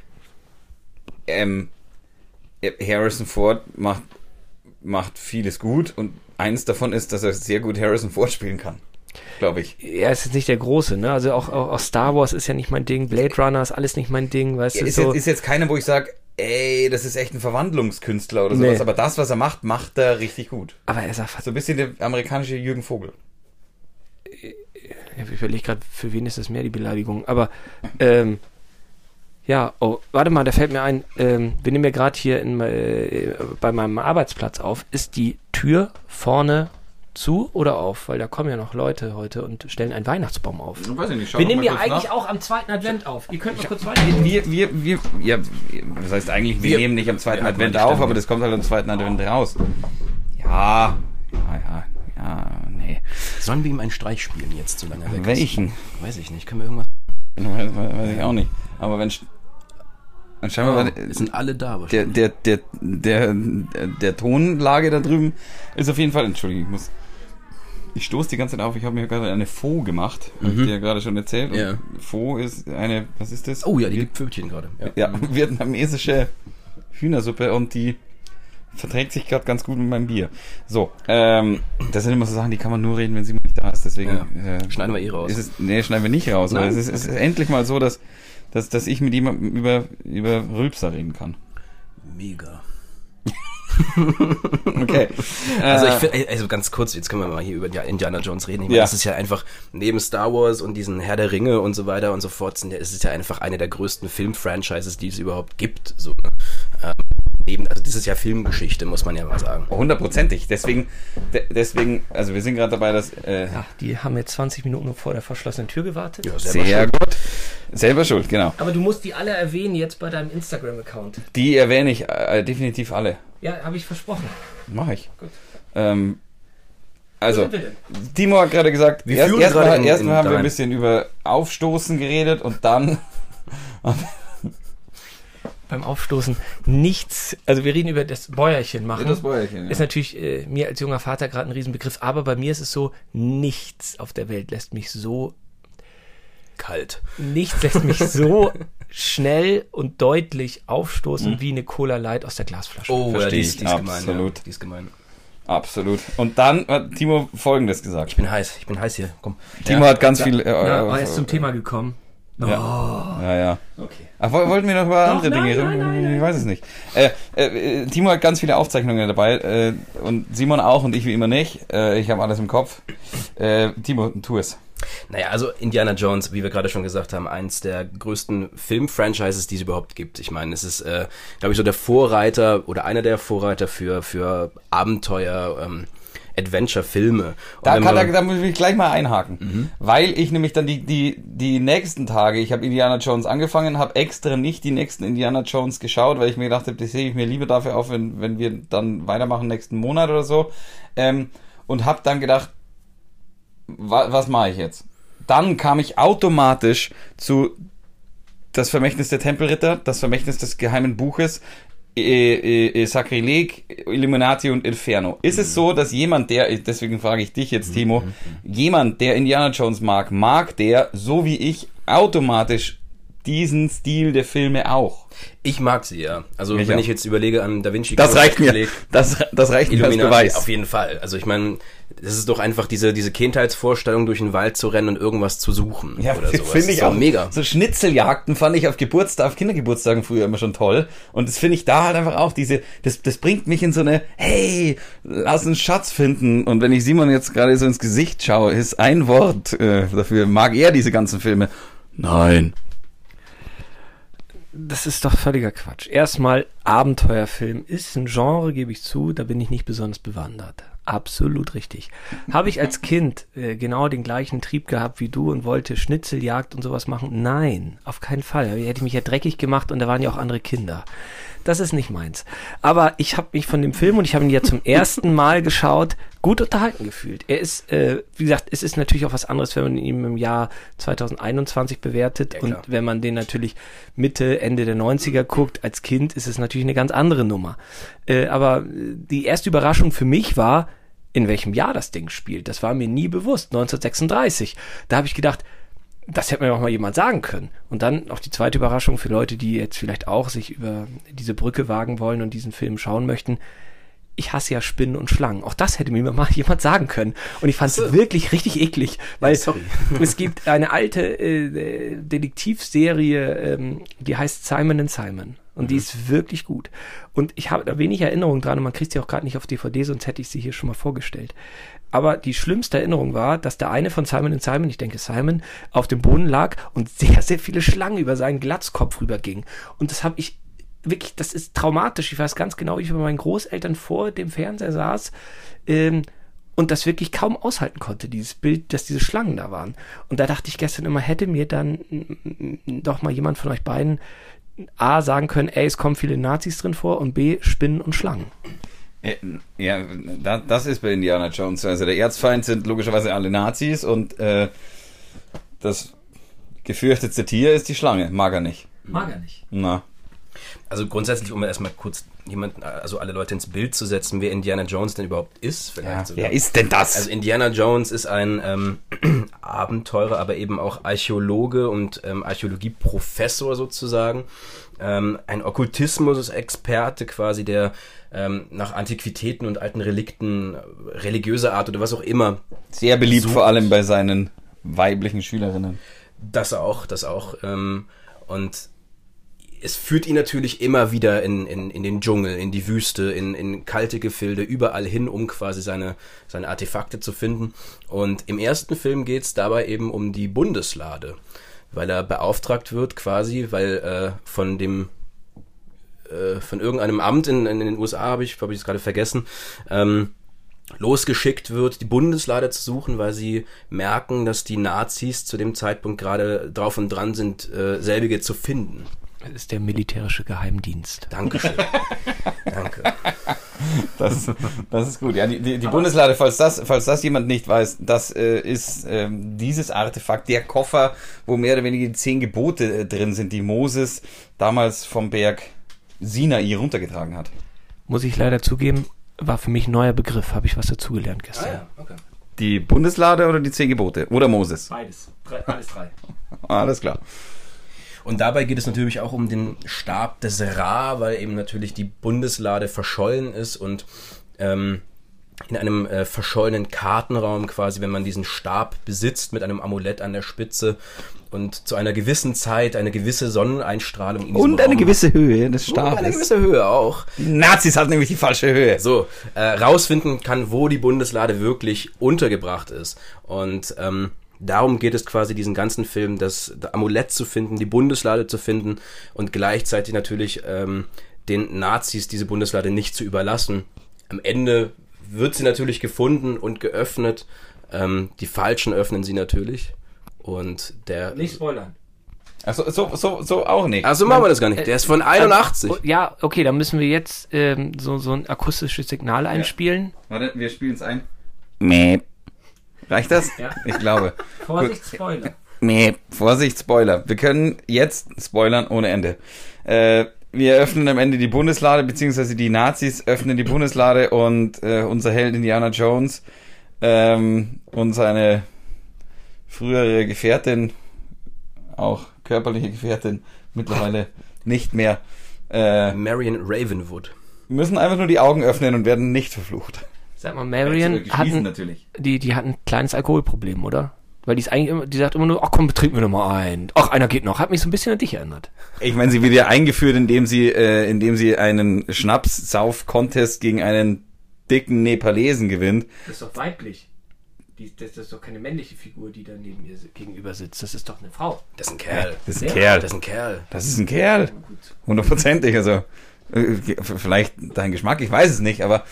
Harrison Ford macht vieles gut und eins davon ist, dass er sehr gut Harrison Ford spielen kann, glaube ich. Er ist jetzt nicht der Große, ne? Also auch Star Wars ist ja nicht mein Ding, Blade Runner ist alles nicht mein Ding, weißt du? Ist jetzt keiner, wo ich sage, ey, das ist echt ein Verwandlungskünstler oder sowas, aber das, was er macht er richtig gut. Aber er sagt so ein bisschen der amerikanische Jürgen Vogel. Ich überlege gerade, für wen ist das mehr die Beleidigung, aber ja, oh, warte mal, da fällt mir ein, wir nehmen ja gerade hier bei meinem Arbeitsplatz auf, ist die Tür vorne zu oder auf? Weil da kommen ja noch Leute heute und stellen einen Weihnachtsbaum auf. Ich weiß nicht, wir nehmen ja eigentlich auch am zweiten Advent auf. Ihr könnt mal kurz weiter. Ja, das heißt eigentlich, wir nehmen nicht am zweiten Advent auf, aber das kommt halt am zweiten Advent raus. Ja, nee. Sollen wir ihm einen Streich spielen jetzt, solange er weg ist? Welchen? Weiß ich nicht. Können wir irgendwas... Weiß ich auch nicht. Aber wenn... scheinbar sind alle da. Der Tonlage da drüben ist auf jeden Fall... Entschuldigung, ich stoße die ganze Zeit auf. Ich habe mir gerade eine Faux gemacht. Hab ich dir ja gerade schon erzählt. Ja. Faux ist eine... Was ist das? Oh ja, die gibt Pfötchen gerade. Ja, vietnamesische Hühnersuppe und die verträgt sich gerade ganz gut mit meinem Bier. So, das sind immer so Sachen, die kann man nur reden, wenn sie nicht da ist. Deswegen schneiden wir raus. Schneiden wir nicht raus. Aber es ist endlich mal so, dass ich mit jemandem über Rülpser reden kann. Mega. Okay. Also ich finde, also ganz kurz, jetzt können wir mal hier über Indiana Jones reden. Ich meine, das ist ja einfach, neben Star Wars und diesen Herr der Ringe und so weiter und so fort, es ist ja einfach eine der größten Film-Franchises, die es überhaupt gibt. So, ne? Also das ist ja Filmgeschichte, muss man ja mal sagen. 100%. Deswegen, also wir sind gerade dabei, dass... die haben jetzt 20 Minuten vor der verschlossenen Tür gewartet. Ja, sehr gut. Selber schuld, genau. Aber du musst die alle erwähnen jetzt bei deinem Instagram-Account. Die erwähne ich definitiv alle. Ja, habe ich versprochen. Mache ich. Gut. Also, Timo hat gerade gesagt, erstmal haben wir ein bisschen über Aufstoßen geredet und dann beim Aufstoßen nichts, also wir reden über das Bäuerchen machen. Ja, das Bäuerchen, ja. Ist natürlich mir als junger Vater gerade ein Riesenbegriff, aber bei mir ist es so, nichts auf der Welt lässt mich so Kalt. Nichts lässt mich so schnell und deutlich aufstoßen wie eine Cola Light aus der Glasflasche. Oh, Versteh die ich, ist gemein. absolut. Ja, die ist gemein. Absolut. Und dann hat Timo Folgendes gesagt. Ich bin heiß hier, komm. Timo hat ganz viel... War jetzt zum Thema gekommen. Ja. Okay. Ach, wollten wir noch über andere nein, Dinge reden? nein. Ich weiß es nicht. Timo hat ganz viele Aufzeichnungen dabei und Simon auch und ich wie immer nicht. Ich habe alles im Kopf. Timo, tu es. Naja, also Indiana Jones, wie wir gerade schon gesagt haben, eins der größten Film-Franchises, die es überhaupt gibt. Ich meine, es ist, glaube ich, so der Vorreiter oder einer der Vorreiter für Abenteuer, Adventure-Filme. Da muss ich gleich mal einhaken, weil ich nämlich dann die nächsten Tage, ich habe Indiana Jones angefangen, habe extra nicht die nächsten Indiana Jones geschaut, weil ich mir gedacht habe, das sehe ich mir lieber dafür auf, wenn wir dann weitermachen nächsten Monat oder so, und habe dann gedacht, was mache ich jetzt? Dann kam ich automatisch zu Das Vermächtnis der Tempelritter, Das Vermächtnis des geheimen Buches, Sakrileg, Illuminati und Inferno. Ist es so, dass jemand, deswegen frage ich dich jetzt, Timo, jemand, der Indiana Jones mag der, so wie ich, automatisch diesen Stil der Filme auch? Ich mag sie, ja. Also Ich wenn auch. ich jetzt überlege an Da Vinci Das Code, reicht mir. Das reicht mir als Illuminati, Beweis. auf jeden Fall. Also ich meine, das ist doch einfach diese Kindheitsvorstellung, durch den Wald zu rennen und irgendwas zu suchen. Ja, oder sowas. finde ich So auch mega. So Schnitzeljagden fand ich auf Kindergeburtstagen früher immer schon toll. Und das finde ich da halt einfach auch das bringt mich in so eine, hey, lass einen Schatz finden. Und wenn ich Simon jetzt gerade so ins Gesicht schaue, ist ein Wort dafür. Mag er diese ganzen Filme? Nein. Das ist doch völliger Quatsch. Erstmal, Abenteuerfilm ist ein Genre, gebe ich zu, da bin ich nicht besonders bewandert. Absolut richtig. Habe ich als Kind genau den gleichen Trieb gehabt wie du und wollte Schnitzeljagd und sowas machen? Nein, auf keinen Fall. Da hätte ich mich ja dreckig gemacht und da waren ja auch andere Kinder. Das ist nicht meins. Aber ich habe mich von dem Film, und ich habe ihn ja zum ersten Mal geschaut, gut unterhalten gefühlt. Er ist, wie gesagt, es ist natürlich auch was anderes, wenn man ihn im Jahr 2021 bewertet. Ja, und klar. wenn man den natürlich Mitte, Ende der 90er guckt, als Kind ist es natürlich eine ganz andere Nummer. Aber die erste Überraschung für mich war, in welchem Jahr das Ding spielt. Das war mir nie bewusst. 1936. Da habe ich gedacht, das hätte mir auch mal jemand sagen können. Und dann auch die zweite Überraschung für Leute, die jetzt vielleicht auch sich über diese Brücke wagen wollen und diesen Film schauen möchten. Ich hasse ja Spinnen und Schlangen. Auch das hätte mir mal jemand sagen können. Und ich fand es wirklich richtig eklig, weil es gibt eine alte Detektivserie, die heißt Simon & Simon. Und die ist wirklich gut. Und ich habe da wenig Erinnerung dran und man kriegt sie auch gerade nicht auf DVD, sonst hätte ich sie hier schon mal vorgestellt. Aber die schlimmste Erinnerung war, dass der eine von Simon & Simon, ich denke Simon, auf dem Boden lag und sehr, sehr viele Schlangen über seinen Glatzkopf rübergingen. Und das habe ich wirklich, das ist traumatisch. Ich weiß ganz genau, wie ich bei meinen Großeltern vor dem Fernseher saß und das wirklich kaum aushalten konnte, dieses Bild, dass diese Schlangen da waren. Und da dachte ich gestern immer, hätte mir dann doch mal jemand von euch beiden A, sagen können, es kommen viele Nazis drin vor und B, Spinnen und Schlangen. Ja, das ist bei Indiana Jones. Also der Erzfeind sind logischerweise alle Nazis und das gefürchtetste Tier ist die Schlange. Mag er nicht. Mag er nicht. Na. Also grundsätzlich, um erstmal kurz alle Leute ins Bild zu setzen, wer Indiana Jones denn überhaupt ist. Vielleicht sogar. Wer ist denn das? Also Indiana Jones ist ein Abenteurer, aber eben auch Archäologe und Archäologieprofessor sozusagen. Ein Okkultismus-Experte quasi, der nach Antiquitäten und alten Relikten religiöser Art oder was auch immer. Sehr beliebt, sucht. vor allem bei seinen weiblichen Schülerinnen. Das auch. Und es führt ihn natürlich immer wieder in den Dschungel, in die Wüste, in kalte Gefilde, überall hin, um quasi seine Artefakte zu finden. Und im ersten Film geht's dabei eben um die Bundeslade, weil er beauftragt wird quasi, weil von irgendeinem Amt in den USA, habe ich es gerade vergessen, losgeschickt wird, die Bundeslade zu suchen, weil sie merken, dass die Nazis zu dem Zeitpunkt gerade drauf und dran sind, selbige zu finden. Das ist der militärische Geheimdienst. Dankeschön. Danke. Das ist gut. Ja, die Bundeslade, falls das jemand nicht weiß, das ist dieses Artefakt, der Koffer, wo mehr oder weniger die 10 Gebote drin sind, die Moses damals vom Berg Sinai runtergetragen hat. Muss ich leider zugeben, war für mich ein neuer Begriff. Habe ich was dazugelernt gestern. Okay. Die Bundeslade oder die 10 Gebote? Oder Moses? Beides. Alles drei. Alles klar. Und dabei geht es natürlich auch um den Stab des Ra, weil eben natürlich die Bundeslade verschollen ist und in einem verschollenen Kartenraum quasi, wenn man diesen Stab besitzt mit einem Amulett an der Spitze und zu einer gewissen Zeit eine gewisse Sonneneinstrahlung in diesem Und eine Raum gewisse Höhe des und eine Stabes. gewisse Höhe auch. Die Nazis hatten nämlich die falsche Höhe. So, rausfinden kann, wo die Bundeslade wirklich untergebracht ist. Und darum geht es quasi diesen ganzen Film, das Amulett zu finden, die Bundeslade zu finden und gleichzeitig natürlich den Nazis diese Bundeslade nicht zu überlassen. Am Ende wird sie natürlich gefunden und geöffnet. Die Falschen öffnen sie natürlich. Und der... Nicht spoilern. Achso, so auch nicht. Also machen wir das gar nicht. Der ist von 81. Ja, okay, dann müssen wir jetzt so ein akustisches Signal einspielen. Warte, wir spielen es ein. Mäh. Reicht das? Ja. Ich glaube. Vorsicht, Spoiler. Mäh. Vorsicht, Spoiler. Wir können jetzt spoilern ohne Ende. Wir öffnen am Ende die Bundeslade, beziehungsweise die Nazis öffnen die Bundeslade und unser Held Indiana Jones und seine frühere Gefährtin, auch körperliche Gefährtin, mittlerweile nicht mehr, Marion Ravenwood. müssen einfach nur die Augen öffnen und werden nicht verflucht. Sag mal, Marion natürlich. die hat ein kleines Alkoholproblem, oder? Weil die ist eigentlich immer, die sagt immer nur, ach komm, trinken wir noch mal ein. Ach, einer geht noch. Hat mich so ein bisschen an dich erinnert. Ich meine, sie wird ja eingeführt, indem sie einen Schnaps-Sauf-Contest gegen einen dicken Nepalesen gewinnt. Das ist doch weiblich. Das ist doch keine männliche Figur, die da neben ihr gegenüber sitzt. Das ist doch eine Frau. Das ist ein Kerl. Das ist ein Kerl. Das ist ein Kerl. Das ist ein Kerl. 100%ig, also vielleicht dein Geschmack, ich weiß es nicht, aber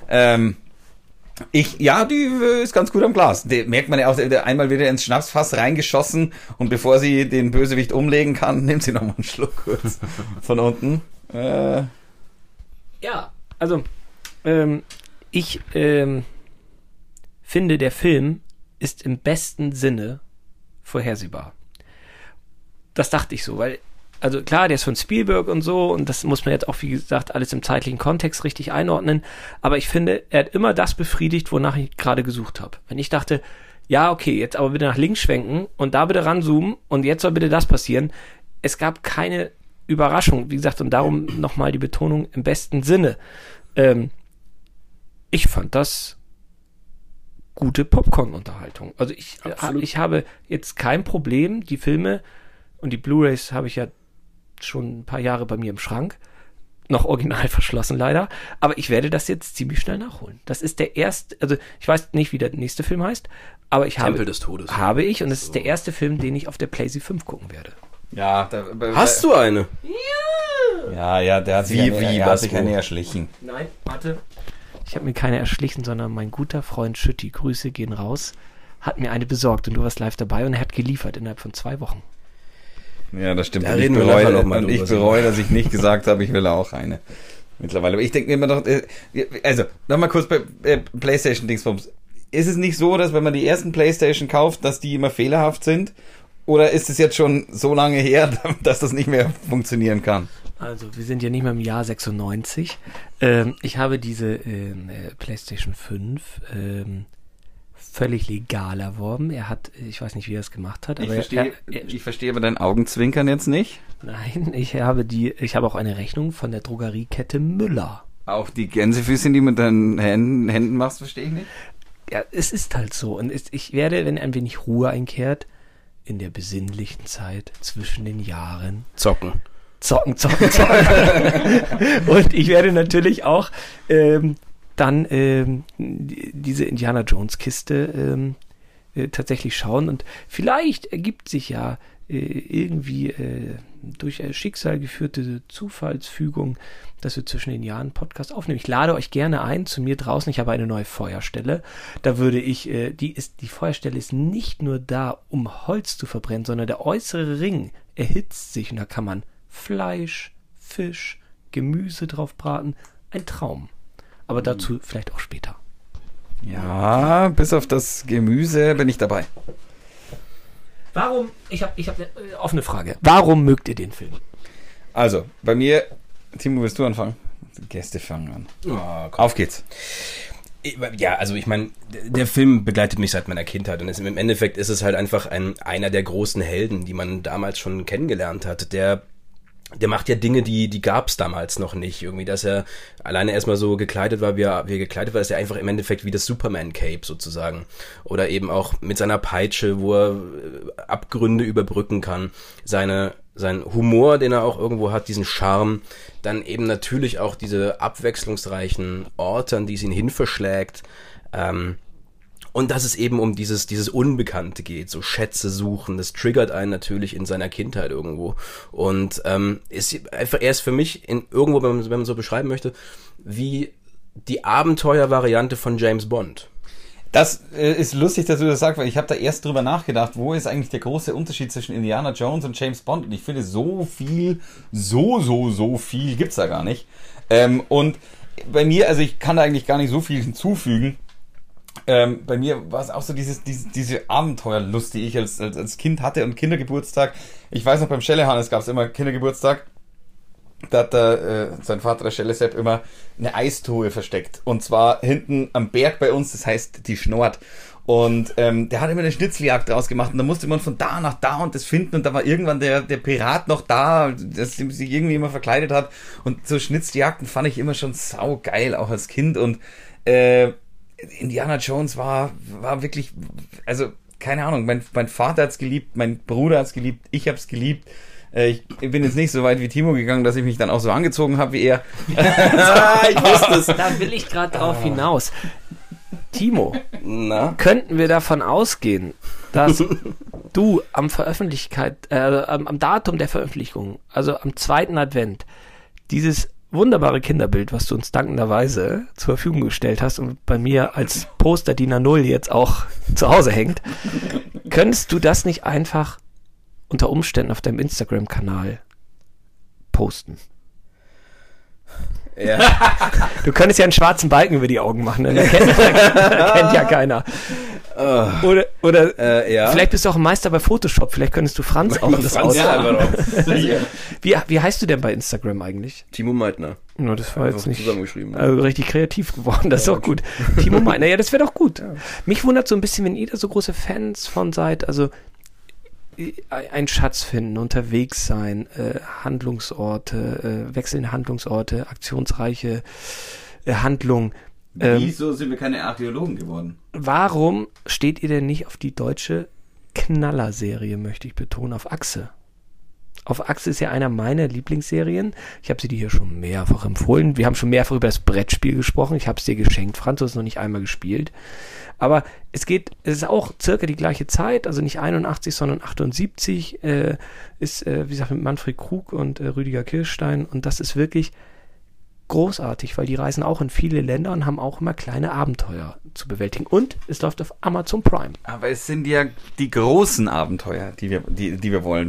die ist ganz gut am Glas. Die merkt man ja auch, einmal wieder ins Schnapsfass reingeschossen und bevor sie den Bösewicht umlegen kann, nimmt sie nochmal einen Schluck kurz von unten. Ja, also ich finde, der Film ist im besten Sinne vorhersehbar. Das dachte ich so, weil, also klar, der ist von Spielberg und so und das muss man jetzt auch, wie gesagt, alles im zeitlichen Kontext richtig einordnen, aber ich finde, er hat immer das befriedigt, wonach ich gerade gesucht habe. Wenn ich dachte, ja, okay, jetzt aber bitte nach links schwenken und da bitte ranzoomen und jetzt soll bitte das passieren. Es gab keine Überraschung, wie gesagt, und darum nochmal die Betonung im besten Sinne. Ich fand das gute Popcorn-Unterhaltung. Also ich habe jetzt kein Problem, die Filme und die Blu-rays habe ich ja schon ein paar Jahre bei mir im Schrank, noch original verschlossen leider, aber ich werde das jetzt ziemlich schnell nachholen. Das ist der erste, also ich weiß nicht, wie der nächste Film heißt, aber Tempel des Todes. Habe ich und es ist der erste Film, den ich auf der PlayStation 5 gucken werde. Ja, Hast du eine? Ja, der hat sich eine erschlichen. Nein, warte. Ich habe mir keine erschlichen, sondern mein guter Freund Schütti, Grüße gehen raus, hat mir eine besorgt und du warst live dabei und er hat geliefert innerhalb von 2 Wochen. Ja, das stimmt. Da reden wir nachher noch mal ich drüber. bereue, dass ich nicht gesagt habe, ich will auch eine. Mittlerweile. Aber ich denke mir immer noch, also, nochmal kurz bei PlayStation-Dingsbums. Ist es nicht so, dass wenn man die ersten PlayStation kauft, dass die immer fehlerhaft sind? Oder ist es jetzt schon so lange her, dass das nicht mehr funktionieren kann? Also, wir sind ja nicht mehr im Jahr 96. Ich habe diese PlayStation 5 völlig legal erworben. Er hat, ich weiß nicht, wie er es gemacht hat, aber Ich verstehe aber dein Augenzwinkern jetzt nicht. Nein, ich habe auch eine Rechnung von der Drogeriekette Müller. Auch die Gänsefüßchen, die mit deinen Händen machst, verstehe ich nicht. Ja, es ist halt so. Und ich werde, wenn ein wenig Ruhe einkehrt, in der besinnlichen Zeit zwischen den Jahren Zocken. Und ich werde natürlich auch dann diese Indiana Jones Kiste tatsächlich schauen und vielleicht ergibt sich ja irgendwie durch Schicksal geführte Zufallsfügung, dass wir zwischen den Jahren Podcast aufnehmen. Ich lade euch gerne ein zu mir draußen. Ich habe eine neue Feuerstelle. Da würde ich, die Feuerstelle ist nicht nur da, um Holz zu verbrennen, sondern der äußere Ring erhitzt sich und da kann man Fleisch, Fisch, Gemüse drauf braten. Ein Traum. Aber dazu vielleicht auch später. Ja, bis auf das Gemüse bin ich dabei. Warum, ich hab eine offene Frage. Warum mögt ihr den Film? Also, bei mir Timo, willst du anfangen? Die Gäste fangen an. Oh, Auf geht's. Ja, also ich meine, der Film begleitet mich seit meiner Kindheit und im Endeffekt ist es halt einfach einer der großen Helden, die man damals schon kennengelernt hat. Der macht ja Dinge, die gab's damals noch nicht. Irgendwie, dass er alleine erstmal so gekleidet war, wie er gekleidet war, ist er einfach im Endeffekt wie das Superman-Cape sozusagen. Oder eben auch mit seiner Peitsche, wo er Abgründe überbrücken kann. Sein Humor, den er auch irgendwo hat, diesen Charme. Dann eben natürlich auch diese abwechslungsreichen Orte, an die es ihn hin verschlägt. Und dass es eben um dieses Unbekannte geht, so Schätze suchen, das triggert einen natürlich in seiner Kindheit irgendwo. Und er ist für mich irgendwo, wenn man so beschreiben möchte, wie die Abenteuervariante von James Bond. Das ist lustig, dass du das sagst, weil ich habe da erst drüber nachgedacht, wo ist eigentlich der große Unterschied zwischen Indiana Jones und James Bond? Und ich finde, so viel gibt's da gar nicht. Und bei mir, also ich kann da eigentlich gar nicht so viel hinzufügen. Bei mir war es auch so diese Abenteuerlust, die ich als Kind hatte und Kindergeburtstag. Ich weiß noch, beim Schellehannes gab es immer Kindergeburtstag. Da hat sein Vater, der Schelle-Sepp, immer eine Eistruhe versteckt. Und zwar hinten am Berg bei uns, das heißt die Schnort. Und der hat immer eine Schnitzeljagd draus gemacht. Und da musste man von da nach da und das finden. Und da war irgendwann der Pirat noch da, der sich irgendwie immer verkleidet hat. Und so Schnitzeljagden fand ich immer schon saugeil, auch als Kind. Und Indiana Jones war wirklich, also keine Ahnung, mein Vater hat's geliebt, mein Bruder hat's geliebt, ich hab's geliebt. Ich bin jetzt nicht so weit wie Timo gegangen, dass ich mich dann auch so angezogen habe wie er. Ich wusste es. Da will ich gerade drauf hinaus. Timo, könnten wir davon ausgehen, dass du am Datum der Veröffentlichung, also am 2. Advent, dieses wunderbare Kinderbild, was du uns dankenderweise zur Verfügung gestellt hast und bei mir als Poster DIN A0 jetzt auch zu Hause hängt, könntest du das nicht einfach unter Umständen auf deinem Instagram-Kanal posten? Ja. Du könntest ja einen schwarzen Balken über die Augen machen, ne? Kennt ja keiner. Oder ja. Vielleicht bist du auch ein Meister bei Photoshop, vielleicht könntest du Franz auch das aus. Wie heißt du denn bei Instagram eigentlich? Timo Meitner. No, das war jetzt nicht zusammengeschrieben. Also richtig kreativ geworden, das ist auch gut. Timo Meitner, ja, das wäre doch gut. Ja. Mich wundert so ein bisschen, wenn ihr da so große Fans von seid, also einen Schatz finden, unterwegs sein, Handlungsorte, wechselnde Handlungsorte, aktionsreiche Handlungen. Wieso sind wir keine Archäologen geworden? Warum steht ihr denn nicht auf die deutsche Knallerserie, möchte ich betonen, auf Achse? Auf Achse ist ja einer meiner Lieblingsserien. Ich habe sie dir hier schon mehrfach empfohlen. Wir haben schon mehrfach über das Brettspiel gesprochen. Ich habe es dir geschenkt. Franz, du hast es noch nicht einmal gespielt. Aber es ist auch circa die gleiche Zeit, also nicht 81, sondern 78, ist, wie gesagt, mit Manfred Krug und Rüdiger Kirstein. Und das ist wirklich großartig, weil die reisen auch in viele Länder und haben auch immer kleine Abenteuer zu bewältigen. Und es läuft auf Amazon Prime. Aber es sind ja die großen Abenteuer, die wir wollen.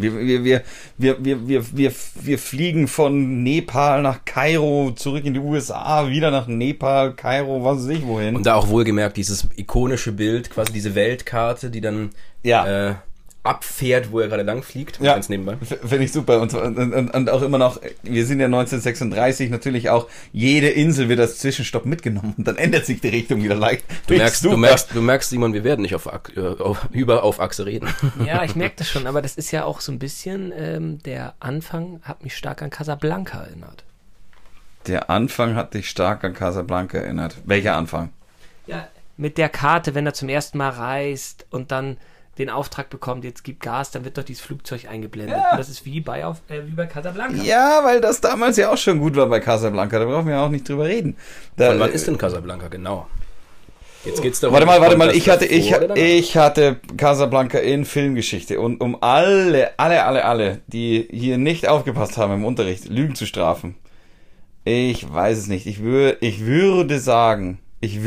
Wir fliegen von Nepal nach Kairo, zurück in die USA, wieder nach Nepal, Kairo, was weiß ich wohin. Und da auch wohlgemerkt dieses ikonische Bild, quasi diese Weltkarte, die dann abfährt, wo er gerade lang fliegt. Ja, ganz nebenbei. Finde ich super. Und auch immer noch, wir sind ja 1936, natürlich auch, jede Insel wird als Zwischenstopp mitgenommen und dann ändert sich die Richtung wieder leicht. Du merkst, Simon, wir werden nicht auf Achse reden. Ja, ich merke das schon, aber das ist ja auch so ein bisschen, der Anfang hat mich stark an Casablanca erinnert. Der Anfang hat dich stark an Casablanca erinnert. Welcher Anfang? Ja, mit der Karte, wenn er zum ersten Mal reist und dann den Auftrag bekommt, jetzt gibt Gas, dann wird doch dieses Flugzeug eingeblendet. Ja. Und das ist wie bei Casablanca. Ja, weil das damals ja auch schon gut war bei Casablanca. Da brauchen wir ja auch nicht drüber reden. Von wann ist denn Casablanca genau? Jetzt geht's darum. Warte mal. Ich hatte Casablanca in Filmgeschichte. Und um alle, die hier nicht aufgepasst haben im Unterricht, Lügen zu strafen. Ich weiß es nicht. Ich würde sagen,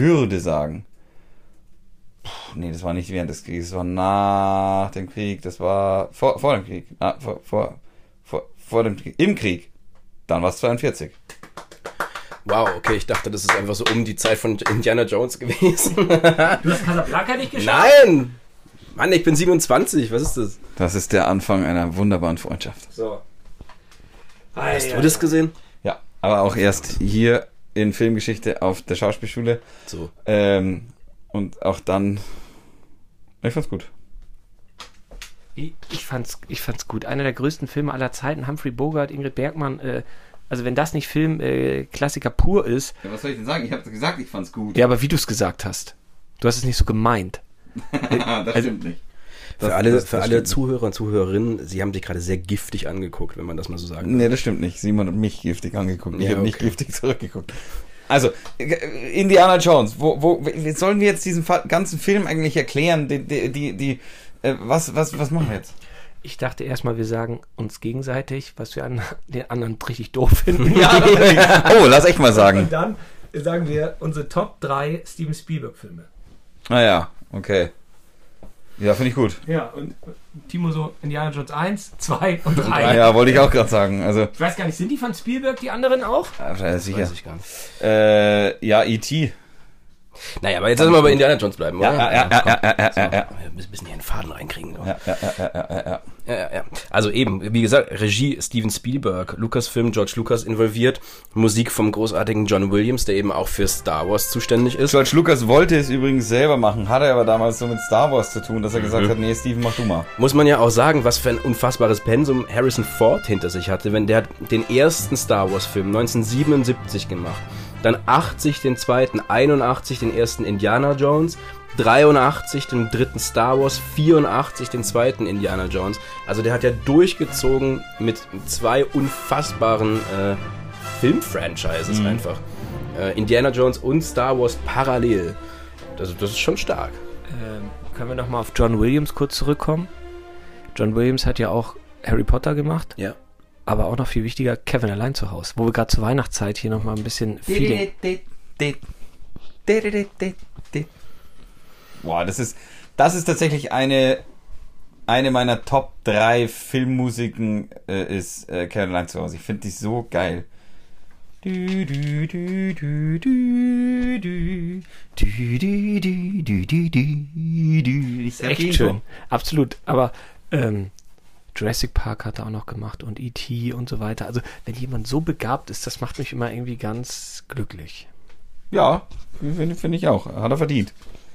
nee, das war nicht während des Krieges, das war nach dem Krieg, das war vor dem Krieg. Vor dem Krieg. Im Krieg. Dann war es 42. Wow, okay, ich dachte, das ist einfach so um die Zeit von Indiana Jones gewesen. Du hast Casablanca nicht geschaut? Nein! Mann, ich bin 27, was ist das? Das ist der Anfang einer wunderbaren Freundschaft. So. Hast du das gesehen? Ja. aber auch erst hier in Filmgeschichte auf der Schauspielschule. So. Und auch dann, ich fand's gut. Ich fand's gut. Einer der größten Filme aller Zeiten, Humphrey Bogart, Ingrid Bergman, also wenn das nicht Filmklassiker pur ist. Ja, was soll ich denn sagen? Ich habe gesagt, ich fand's gut. Ja, aber wie du es gesagt hast. Du hast es nicht so gemeint. Das stimmt nicht. Für alle stimmt Zuhörer und Zuhörerinnen, sie haben sich gerade sehr giftig angeguckt, wenn man das mal so sagen Nee, das stimmt nicht. Simon hat mich giftig angeguckt. Ich Ja, habe nicht okay. giftig zurückgeguckt. Also, Indiana Jones. Wie sollen wir jetzt diesen ganzen Film eigentlich erklären? Was machen wir jetzt? Ich dachte erstmal, wir sagen uns gegenseitig, was wir an den anderen richtig doof finden. Oh, lass echt mal sagen. Und dann sagen wir unsere Top 3 Steven Spielberg-Filme. Naja, okay. Ja, finde ich gut. Ja, und Timo so Indiana Jones 1, 2 und 3. Ja, wollte ich auch gerade sagen. Also, Ich weiß gar nicht, sind die von Spielberg die anderen auch? sicher. Weiß ich gar nicht. Ja, E.T. Naja, aber jetzt lassen wir bei Indiana Jones bleiben, oder? Ja. Wir müssen hier einen Faden reinkriegen. So. Ja. Also eben, wie gesagt, Regie Steven Spielberg, Lucasfilm, George Lucas involviert, Musik vom großartigen John Williams, der eben auch für Star Wars zuständig ist. George Lucas wollte es übrigens selber machen, hatte aber damals so mit Star Wars zu tun, dass er gesagt hat, nee, Steven, mach du mal. Muss man ja auch sagen, was für ein unfassbares Pensum Harrison Ford hinter sich hatte, wenn der hat den ersten Star Wars Film 1977 gemacht, dann 80 den zweiten, 81 den ersten Indiana Jones, 83 den dritten Star Wars, 84 den zweiten Indiana Jones. Also der hat ja durchgezogen mit 2 unfassbaren Filmfranchises einfach. Indiana Jones und Star Wars parallel. Das ist schon stark. Können wir nochmal auf John Williams kurz zurückkommen? John Williams hat ja auch Harry Potter gemacht. Ja. Aber auch noch viel wichtiger, Kevin allein zu Hause. Wo wir gerade zur Weihnachtszeit hier nochmal ein bisschen Feeling... Boah, das ist tatsächlich eine meiner Top 3 Filmmusiken ist Kevin allein zu Hause. Ich finde die so geil. Ist echt schön. Absolut. Aber Jurassic Park hat er auch noch gemacht und E.T. und so weiter. Also wenn jemand so begabt ist, das macht mich immer irgendwie ganz glücklich. Ja, finde ich auch. Hat er verdient.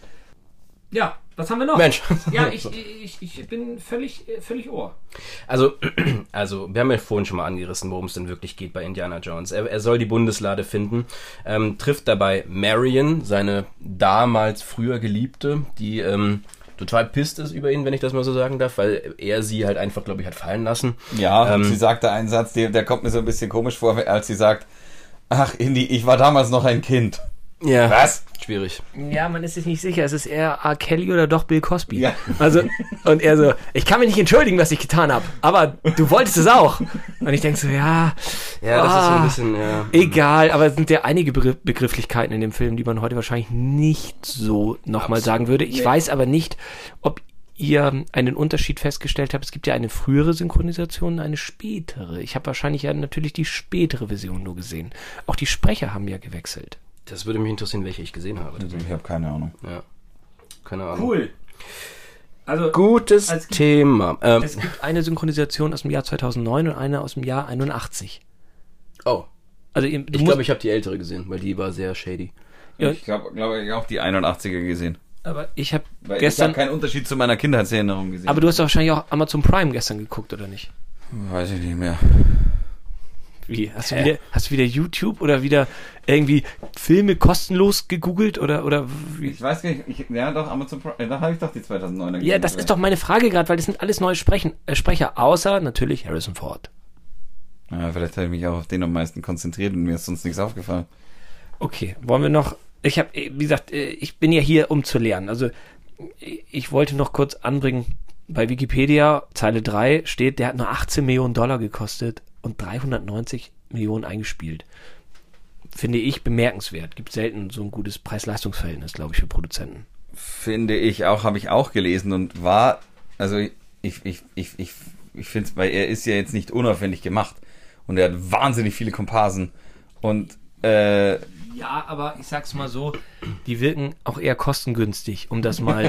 Ja, was haben wir noch? Mensch. Ja, ich bin völlig Ohr. Also, wir haben ja vorhin schon mal angerissen, worum es denn wirklich geht bei Indiana Jones. Er soll die Bundeslade finden, trifft dabei Marion, seine damals früher Geliebte, die total pisst ist über ihn, wenn ich das mal so sagen darf, weil er sie halt einfach, glaube ich, hat fallen lassen. Ja, sie sagte einen Satz, der kommt mir so ein bisschen komisch vor, als sie sagt, ach Indy, ich war damals noch ein Kind. Ja. Was? Schwierig. Ja, man ist sich nicht sicher, ist es eher R. Kelly oder doch Bill Cosby? Ja. Also, und er so, ich kann mich nicht entschuldigen, was ich getan habe, aber du wolltest es auch. Und ich denke so, ja, Ja, das ist so ein bisschen, ja. egal, aber es sind ja einige Begrifflichkeiten in dem Film, die man heute wahrscheinlich nicht so nochmal sagen würde. Ich weiß aber nicht, ob ihr einen Unterschied festgestellt habt. Es gibt ja eine frühere Synchronisation und eine spätere. Ich habe wahrscheinlich ja natürlich die spätere Version nur gesehen. Auch die Sprecher haben ja gewechselt. Das würde mich interessieren, welche ich gesehen habe. Ich habe keine Ahnung. Ja. Keine Ahnung. Cool. Also Gutes Thema. es gibt eine Synchronisation aus dem Jahr 2009 und eine aus dem Jahr 81. Oh. Also Ich glaube, ich habe die ältere gesehen, weil die war sehr shady. Ja. Ich glaube, ich habe auch die 81er gesehen. Aber ich habe Weil gestern... ich habe keinen Unterschied zu meiner Kindheitserinnerung gesehen. Aber du hast doch wahrscheinlich auch Amazon Prime gestern geguckt, oder nicht? Weiß ich nicht mehr. Wie? Hast du wieder YouTube oder wieder irgendwie Filme kostenlos gegoogelt oder wie? Ich weiß gar nicht, ja doch, Amazon Prime, da habe ich doch die 2009er gesehen. Ja, das ist doch meine Frage gerade, weil das sind alles neue Sprecher, außer natürlich Harrison Ford. Ja, vielleicht habe ich mich auch auf den am meisten konzentriert und mir ist sonst nichts aufgefallen. Okay, wollen wir noch... Ich habe, wie gesagt, ich bin ja hier, um zu lernen. Also ich wollte noch kurz anbringen, bei Wikipedia, Zeile 3 steht, der hat nur $18 Millionen gekostet und 390 Millionen eingespielt. Finde ich bemerkenswert. Gibt selten so ein gutes Preis-Leistungs-Verhältnis, glaube ich, für Produzenten. Finde ich auch, habe ich auch gelesen und war, also ich finde es, weil er ist ja jetzt nicht unaufwendig gemacht und er hat wahnsinnig viele Komparsen und ja, aber ich sag's mal so, die wirken auch eher kostengünstig, um das mal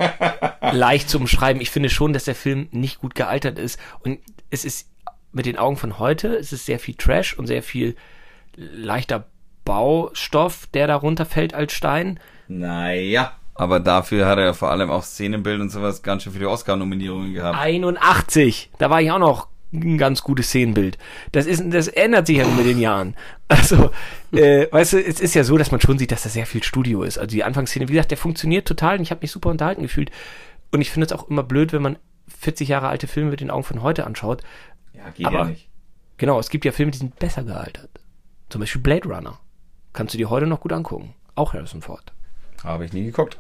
leicht zu umschreiben. Ich finde schon, dass der Film nicht gut gealtert ist und es ist mit den Augen von heute, es ist sehr viel Trash und sehr viel leichter Baustoff, der da runterfällt als Stein. Naja. Aber dafür hat er ja vor allem auch Szenenbild und sowas ganz schön viele Oscar-Nominierungen gehabt. 81, da war ich auch noch ein ganz gutes Szenenbild. Das ändert sich ja mit den Jahren. Also, weißt du, es ist ja so, dass man schon sieht, dass da sehr viel Studio ist. Also die Anfangsszene, wie gesagt, der funktioniert total und ich habe mich super unterhalten gefühlt. Und ich finde es auch immer blöd, wenn man 40 Jahre alte Filme mit den Augen von heute anschaut. Ja, geht ja nicht. Genau, es gibt ja Filme, die sind besser gealtert. Zum Beispiel Blade Runner. Kannst du dir heute noch gut angucken. Auch Harrison Ford. Habe ich nie geguckt.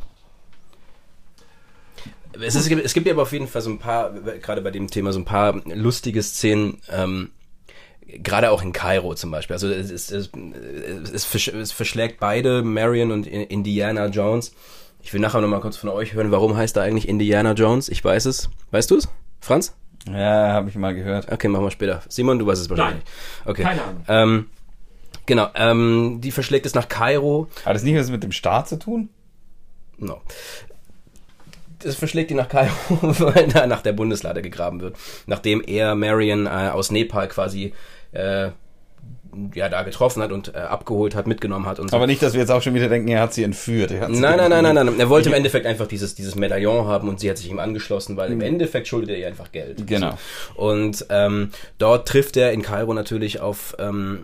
Es gibt ja aber auf jeden Fall so ein paar, gerade bei dem Thema, so ein paar lustige Szenen, gerade auch in Kairo zum Beispiel. Also es verschlägt beide, Marion und Indiana Jones. Ich will nachher nochmal kurz von euch hören, warum heißt er eigentlich Indiana Jones? Ich weiß es. Weißt du es, Franz? Ja, habe ich mal gehört. Okay, machen wir später. Simon, du weißt es wahrscheinlich. Nein. Okay. Keine Ahnung. Genau, die verschlägt es nach Kairo. Hat das nicht was mit dem Staat zu tun? No. Das verschlägt ihn nach Kairo, weil da nach der Bundeslade gegraben wird. Nachdem er Marion aus Nepal quasi da getroffen hat und abgeholt hat, mitgenommen hat und so. Aber nicht, dass wir jetzt auch schon wieder denken, er hat sie entführt. Nein. Er wollte im Endeffekt einfach dieses Medaillon haben und sie hat sich ihm angeschlossen, weil im Endeffekt schuldet er ihr einfach Geld. Genau. So. Und dort trifft er in Kairo natürlich auf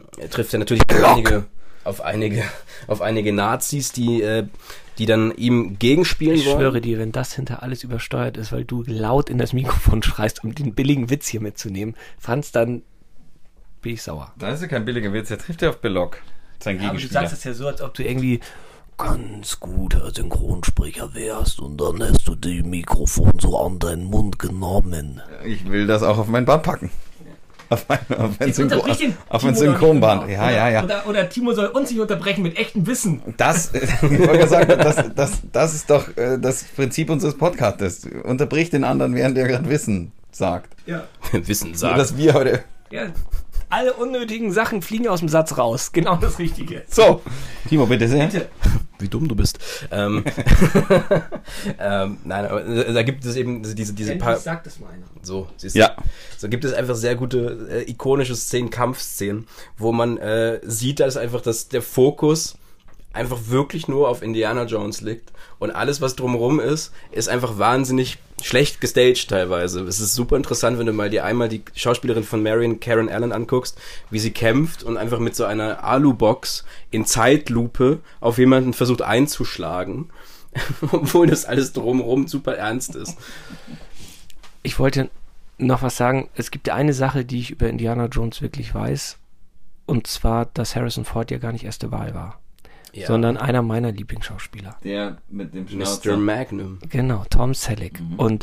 einige Nazis, die dann ihm gegenspielen wollen. Ich schwöre dir, wenn das hinter alles übersteuert ist, weil du laut in das Mikrofon schreist, um den billigen Witz hier mitzunehmen, Franz, dann bin ich sauer. Das ist ja kein billiger Witz, der trifft ja auf Belloc, sein Aber du Gegenspieler. sagst es ja so, als ob du irgendwie ganz guter Synchronsprecher wärst und dann hast du die Mikrofon so an deinen Mund genommen. Ich will das auch auf mein Band packen. Auf mein Synchronband. Synchronband. Ja. Oder Timo soll uns nicht unterbrechen mit echtem Wissen. Ich wollte sagen, das ist doch das Prinzip unseres Podcasts. Unterbrich den anderen, während er gerade Wissen sagt. Ja. Wissen So, sagt. dass wir heute... Ja. Alle unnötigen Sachen fliegen aus dem Satz raus. Genau das Richtige. So, Timo, bitte sehr. Bitte. Wie dumm du bist. Nein, aber da gibt es eben diese paar... Sag das mal einer. So, siehst Ja. du? So gibt es einfach sehr gute, ikonische Szenen, Kampfszenen, wo man sieht, dass einfach der Fokus einfach wirklich nur auf Indiana Jones liegt und alles, was drumherum ist einfach wahnsinnig schlecht gestaged teilweise. Es ist super interessant, wenn du mal dir einmal die Schauspielerin von Marion, Karen Allen, anguckst, wie sie kämpft und einfach mit so einer Alubox in Zeitlupe auf jemanden versucht einzuschlagen, obwohl das alles drumherum super ernst ist. Ich wollte noch was sagen. Es gibt eine Sache, die ich über Indiana Jones wirklich weiß, und zwar, dass Harrison Ford ja gar nicht erste Wahl war. Ja. Sondern einer meiner Lieblingsschauspieler. Der mit dem Mr. Magnum. Genau, Tom Selleck. Und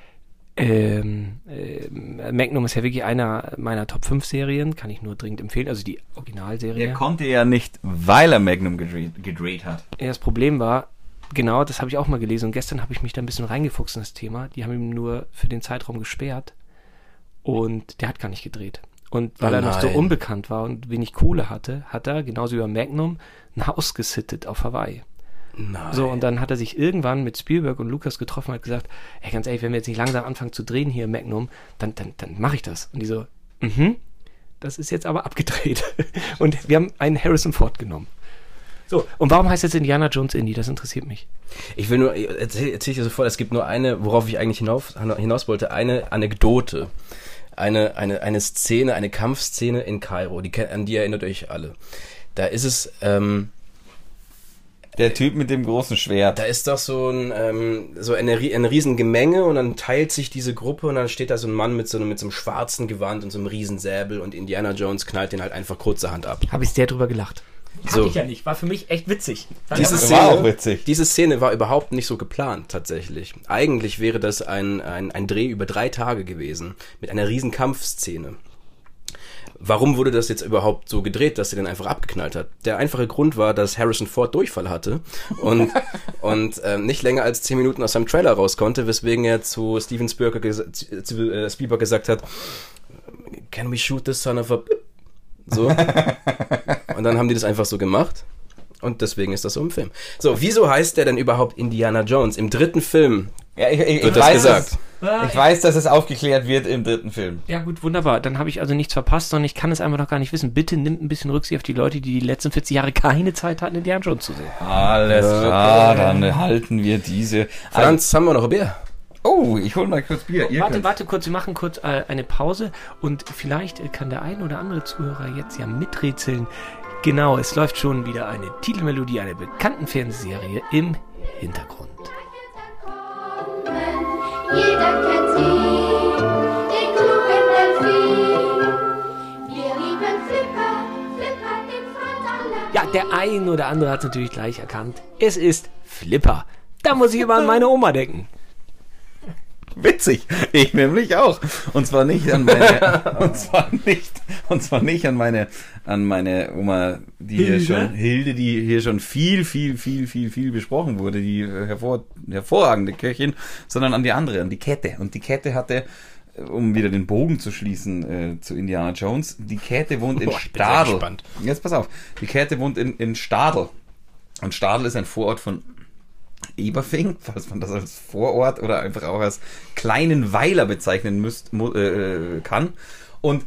Magnum ist ja wirklich einer meiner Top 5 Serien, kann ich nur dringend empfehlen, also die Originalserie. Er konnte ja nicht, weil er Magnum gedreht hat. Ja, das Problem war, genau, das habe ich auch mal gelesen und gestern habe ich mich da ein bisschen reingefuchst in das Thema. Die haben ihm nur für den Zeitraum gesperrt und der hat gar nicht gedreht. Und weil er noch so unbekannt war und wenig Kohle hatte, hat er, genauso wie bei Magnum, ein Haus gesittet auf Hawaii. Nein. So, und dann hat er sich irgendwann mit Spielberg und Lucas getroffen und hat gesagt, ey, ganz ehrlich, wenn wir jetzt nicht langsam anfangen zu drehen hier im Magnum, dann mache ich das. Und die so, das ist jetzt aber abgedreht. Und wir haben einen Harrison Ford genommen. So, und warum heißt jetzt Indiana Jones Indy? Das interessiert mich. Ich will nur, erzähl ich dir sofort, es gibt nur eine, worauf ich eigentlich hinaus wollte, eine Anekdote. Eine Szene, eine Kampfszene in Kairo, an die erinnert euch alle. Da ist es, der Typ mit dem großen Schwert. Da ist doch so eine riesen Gemenge und dann teilt sich diese Gruppe und dann steht da so ein Mann mit so einem schwarzen Gewand und so einem riesen Säbel und Indiana Jones knallt den halt einfach kurzerhand ab. Habe ich sehr drüber gelacht. So. Hatte ich ja nicht. War für mich echt witzig. War auch witzig. Diese Szene war überhaupt nicht so geplant, tatsächlich. Eigentlich wäre das ein Dreh über 3 Tage gewesen, mit einer riesen Kampfszene. Warum wurde das jetzt überhaupt so gedreht, dass sie den einfach abgeknallt hat? Der einfache Grund war, dass Harrison Ford Durchfall hatte und nicht länger als 10 Minuten aus seinem Trailer raus konnte, weswegen er zu Steven Spielberg gesagt hat, "Can we shoot this son of a..." So. Und dann haben die das einfach so gemacht. Und deswegen ist das so im Film. So, wieso heißt der denn überhaupt Indiana Jones? Im 3. Film Ja, ich Wird das weiß, gesagt? Ich weiß, dass es aufgeklärt wird im 3. Film. Ja gut, wunderbar. Dann habe ich also nichts verpasst, sondern ich kann es einfach noch gar nicht wissen. Bitte nimmt ein bisschen Rücksicht auf die Leute, die letzten 40 Jahre keine Zeit hatten, Indiana Jones zu sehen. Alles klar, dann halten wir diese... Franz, haben wir noch ein Bier? Oh, ich hol mal kurz Bier. Warte kurz, wir machen kurz eine Pause und vielleicht kann der ein oder andere Zuhörer jetzt ja miträtseln. Genau, es läuft schon wieder eine Titelmelodie einer bekannten Fernsehserie im Hintergrund. Jeder kennt ihn, den klugen Delfin. Wir lieben Flipper, Flipper, den Freund aller. Ja, der ein oder andere hat es natürlich gleich erkannt. Es ist Flipper. Da muss ich immer an meine Oma denken. Witzig, ich nämlich auch. Und zwar nicht an meine, und zwar nicht an meine Oma, die hier schon viel besprochen wurde, die hervorragende Köchin, sondern an die andere, an die Käthe. Und die Käthe hatte, um wieder den Bogen zu schließen zu Indiana Jones, die Käthe wohnt in Stadl. Jetzt pass auf, die Käthe wohnt in Stadl. Und Stadl ist ein Vorort von Eberfing, falls man das als Vorort oder einfach auch als kleinen Weiler bezeichnen kann. Und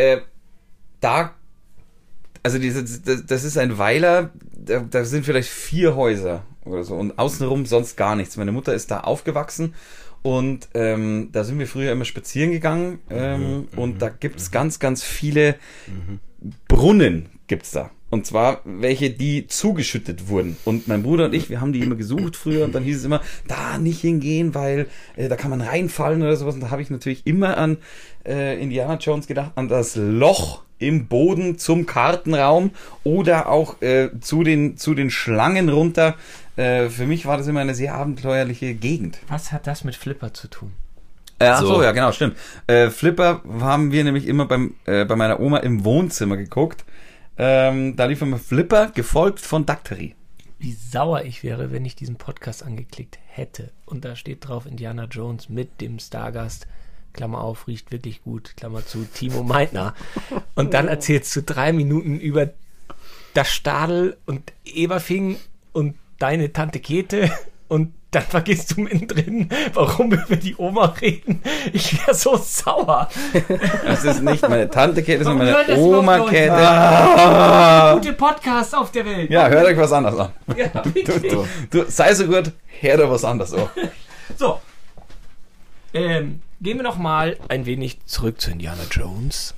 das ist ein Weiler, da sind vielleicht 4 Häuser oder so und außenrum sonst gar nichts. Meine Mutter ist da aufgewachsen und da sind wir früher immer spazieren gegangen und da gibt's ganz viele Brunnen gibt's da. Und zwar welche, die zugeschüttet wurden. Und mein Bruder und ich, wir haben die immer gesucht früher und dann hieß es immer, da nicht hingehen, weil da kann man reinfallen oder sowas. Und da habe ich natürlich immer an Indiana Jones gedacht, an das Loch im Boden zum Kartenraum oder auch zu den Schlangen runter. Für mich war das immer eine sehr abenteuerliche Gegend. Was hat das mit Flipper zu tun? Ja, genau, stimmt. Flipper haben wir nämlich immer bei meiner Oma im Wohnzimmer geguckt. Da lief immer Flipper, gefolgt von Daktari. Wie sauer ich wäre, wenn ich diesen Podcast angeklickt hätte. Und da steht drauf Indiana Jones mit dem Stargast, Klammer auf, riecht wirklich gut, Klammer zu, Timo Meitner. Und dann erzählst du 3 Minuten über das Stadl und Eberfing und deine Tante Käthe und dann vergisst du mittendrin, warum wir über die Oma reden. Ich wäre so sauer. Das ist nicht meine Tante Käthe, das ist meine Oma Käthe. Gute Podcasts auf der Welt. Ja, hört euch was anderes an. Ja, wirklich. Du sei so gut, hör dir was anderes an. So. Gehen wir noch mal ein wenig zurück zu Indiana Jones.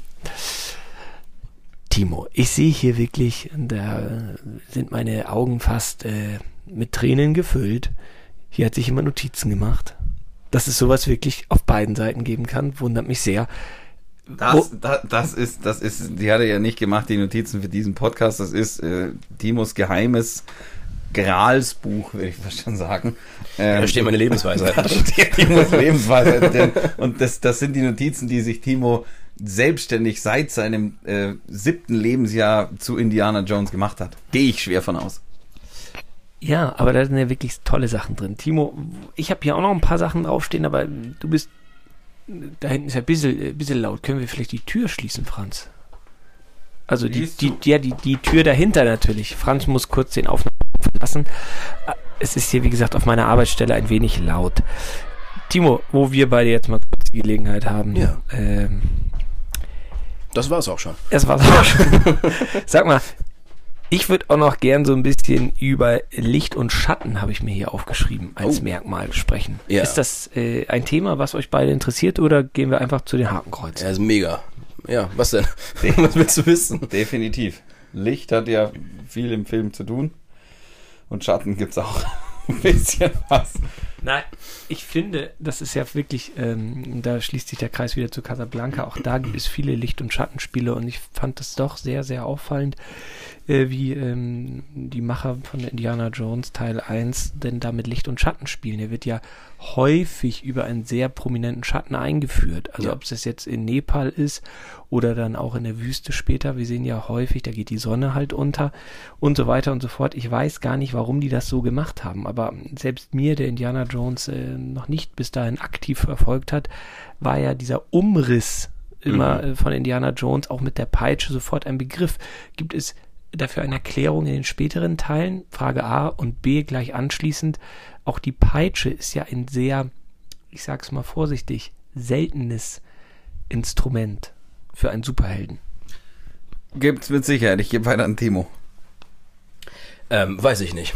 Timo, ich sehe hier wirklich, da sind meine Augen fast mit Tränen gefüllt. Hier hat sich jemand Notizen gemacht. Dass es sowas wirklich auf beiden Seiten geben kann, wundert mich sehr. Das ist, die hat er ja nicht gemacht, die Notizen für diesen Podcast. Das ist Timos geheimes Gralsbuch, würde ich fast schon sagen. Da steht meine Lebensweisheit. Da steht Timos Lebensweisheit. Und das sind die Notizen, die sich Timo selbstständig seit seinem 7. Lebensjahr zu Indiana Jones gemacht hat. Gehe ich schwer von aus. Ja, aber da sind ja wirklich tolle Sachen drin. Timo, ich habe hier auch noch ein paar Sachen draufstehen, aber du bist, da hinten ist ja ein bisschen laut. Können wir vielleicht die Tür schließen, Franz? Also die Tür dahinter natürlich. Franz muss kurz den Aufnahmeraum verlassen. Es ist hier, wie gesagt, auf meiner Arbeitsstelle ein wenig laut. Timo, wo wir beide jetzt mal kurz die Gelegenheit haben. Ja. Das war's auch schon. Das war's auch schon. Sag mal, ich würde auch noch gern so ein bisschen über Licht und Schatten, habe ich mir hier aufgeschrieben, als Merkmal sprechen. Ja. Ist das ein Thema, was euch beide interessiert, oder gehen wir einfach zu den Hakenkreuzen? Ja, ist mega. Ja, was denn? Was willst du wissen? Definitiv. Licht hat ja viel im Film zu tun und Schatten gibt's auch ein bisschen was. Nein, ich finde, das ist ja wirklich, da schließt sich der Kreis wieder zu Casablanca, auch da gibt es viele Licht- und Schattenspiele und ich fand das doch sehr, sehr auffallend, wie die Macher von Indiana Jones Teil 1 denn da mit Licht und Schatten spielen. Er wird ja häufig über einen sehr prominenten Schatten eingeführt. Also ob es das jetzt in Nepal ist oder dann auch in der Wüste später. Wir sehen ja häufig, da geht die Sonne halt unter und so weiter und so fort. Ich weiß gar nicht, warum die das so gemacht haben, aber selbst mir, der Indiana Jones noch nicht bis dahin aktiv verfolgt hat, war ja dieser Umriss immer von Indiana Jones auch mit der Peitsche sofort ein Begriff. Gibt es dafür eine Erklärung in den späteren Teilen? Frage A und B gleich anschließend. Auch die Peitsche ist ja ein sehr, ich sag's mal vorsichtig, seltenes Instrument für einen Superhelden. Gibt's mit Sicherheit. Ich gebe weiter an Timo. Weiß ich nicht.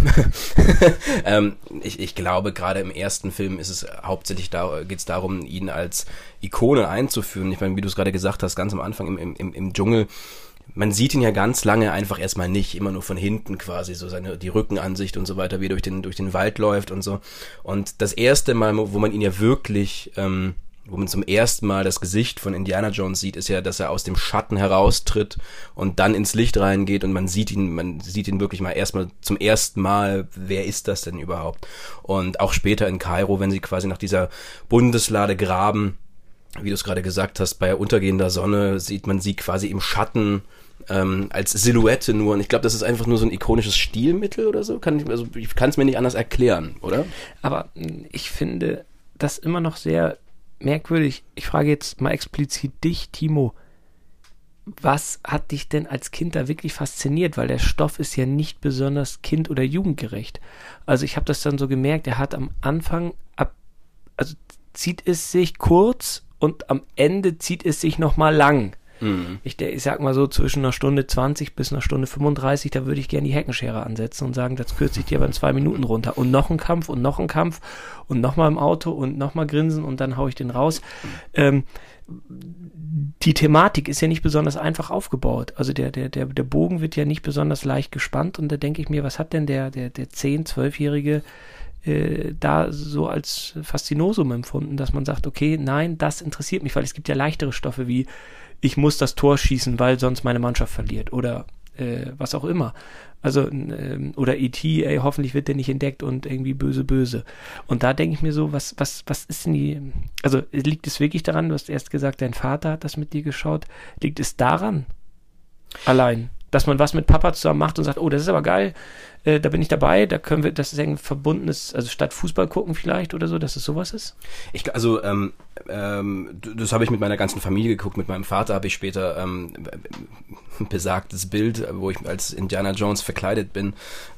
Ich glaube, gerade im ersten Film ist es hauptsächlich geht's darum, ihn als Ikone einzuführen. Ich meine, wie du es gerade gesagt hast, ganz am Anfang im Dschungel, man sieht ihn ja ganz lange einfach erstmal nicht, immer nur von hinten quasi, so die Rückenansicht und so weiter, wie er durch den Wald läuft und so. Und das erste Mal, wo man ihn ja wirklich, wo man zum ersten Mal das Gesicht von Indiana Jones sieht, ist ja, dass er aus dem Schatten heraustritt und dann ins Licht reingeht und man sieht ihn wirklich mal erstmal zum ersten Mal, wer ist das denn überhaupt? Und auch später in Kairo, wenn sie quasi nach dieser Bundeslade graben, wie du es gerade gesagt hast, bei untergehender Sonne sieht man sie quasi im Schatten als Silhouette nur. Und ich glaube, das ist einfach nur so ein ikonisches Stilmittel oder so. Ich kann es mir nicht anders erklären, oder? Aber ich finde das immer noch sehr merkwürdig. Ich frage jetzt mal explizit dich, Timo. Was hat dich denn als Kind da wirklich fasziniert? Weil der Stoff ist ja nicht besonders kind- oder jugendgerecht. Also ich habe das dann so gemerkt, er hat am Anfang, zieht es sich kurz und am Ende zieht es sich nochmal lang. Ich sag mal so zwischen einer Stunde 20 bis einer Stunde 35, da würde ich gerne die Heckenschere ansetzen und sagen, das kürze ich dir aber in 2 Minuten runter. Und noch ein Kampf und noch ein Kampf und nochmal im Auto und nochmal grinsen und dann hau ich den raus. Die Thematik ist ja nicht besonders einfach aufgebaut. Also der Bogen wird ja nicht besonders leicht gespannt und da denke ich mir, was hat denn der 10-, 12-Jährige da so als Faszinosum empfunden, dass man sagt, okay, nein, das interessiert mich, weil es gibt ja leichtere Stoffe wie ich muss das Tor schießen, weil sonst meine Mannschaft verliert oder was auch immer. Also oder E.T., hoffentlich wird der nicht entdeckt und irgendwie böse. Und da denke ich mir so, was ist denn also liegt es wirklich daran, du hast erst gesagt, dein Vater hat das mit dir geschaut, liegt es daran allein, dass man was mit Papa zusammen macht und sagt, oh, das ist aber geil, da bin ich dabei, da können wir, das ist ein verbundenes, also statt Fußball gucken vielleicht oder so, dass es sowas ist? Das habe ich mit meiner ganzen Familie geguckt, mit meinem Vater habe ich später besagtes Bild, wo ich als Indiana Jones verkleidet bin.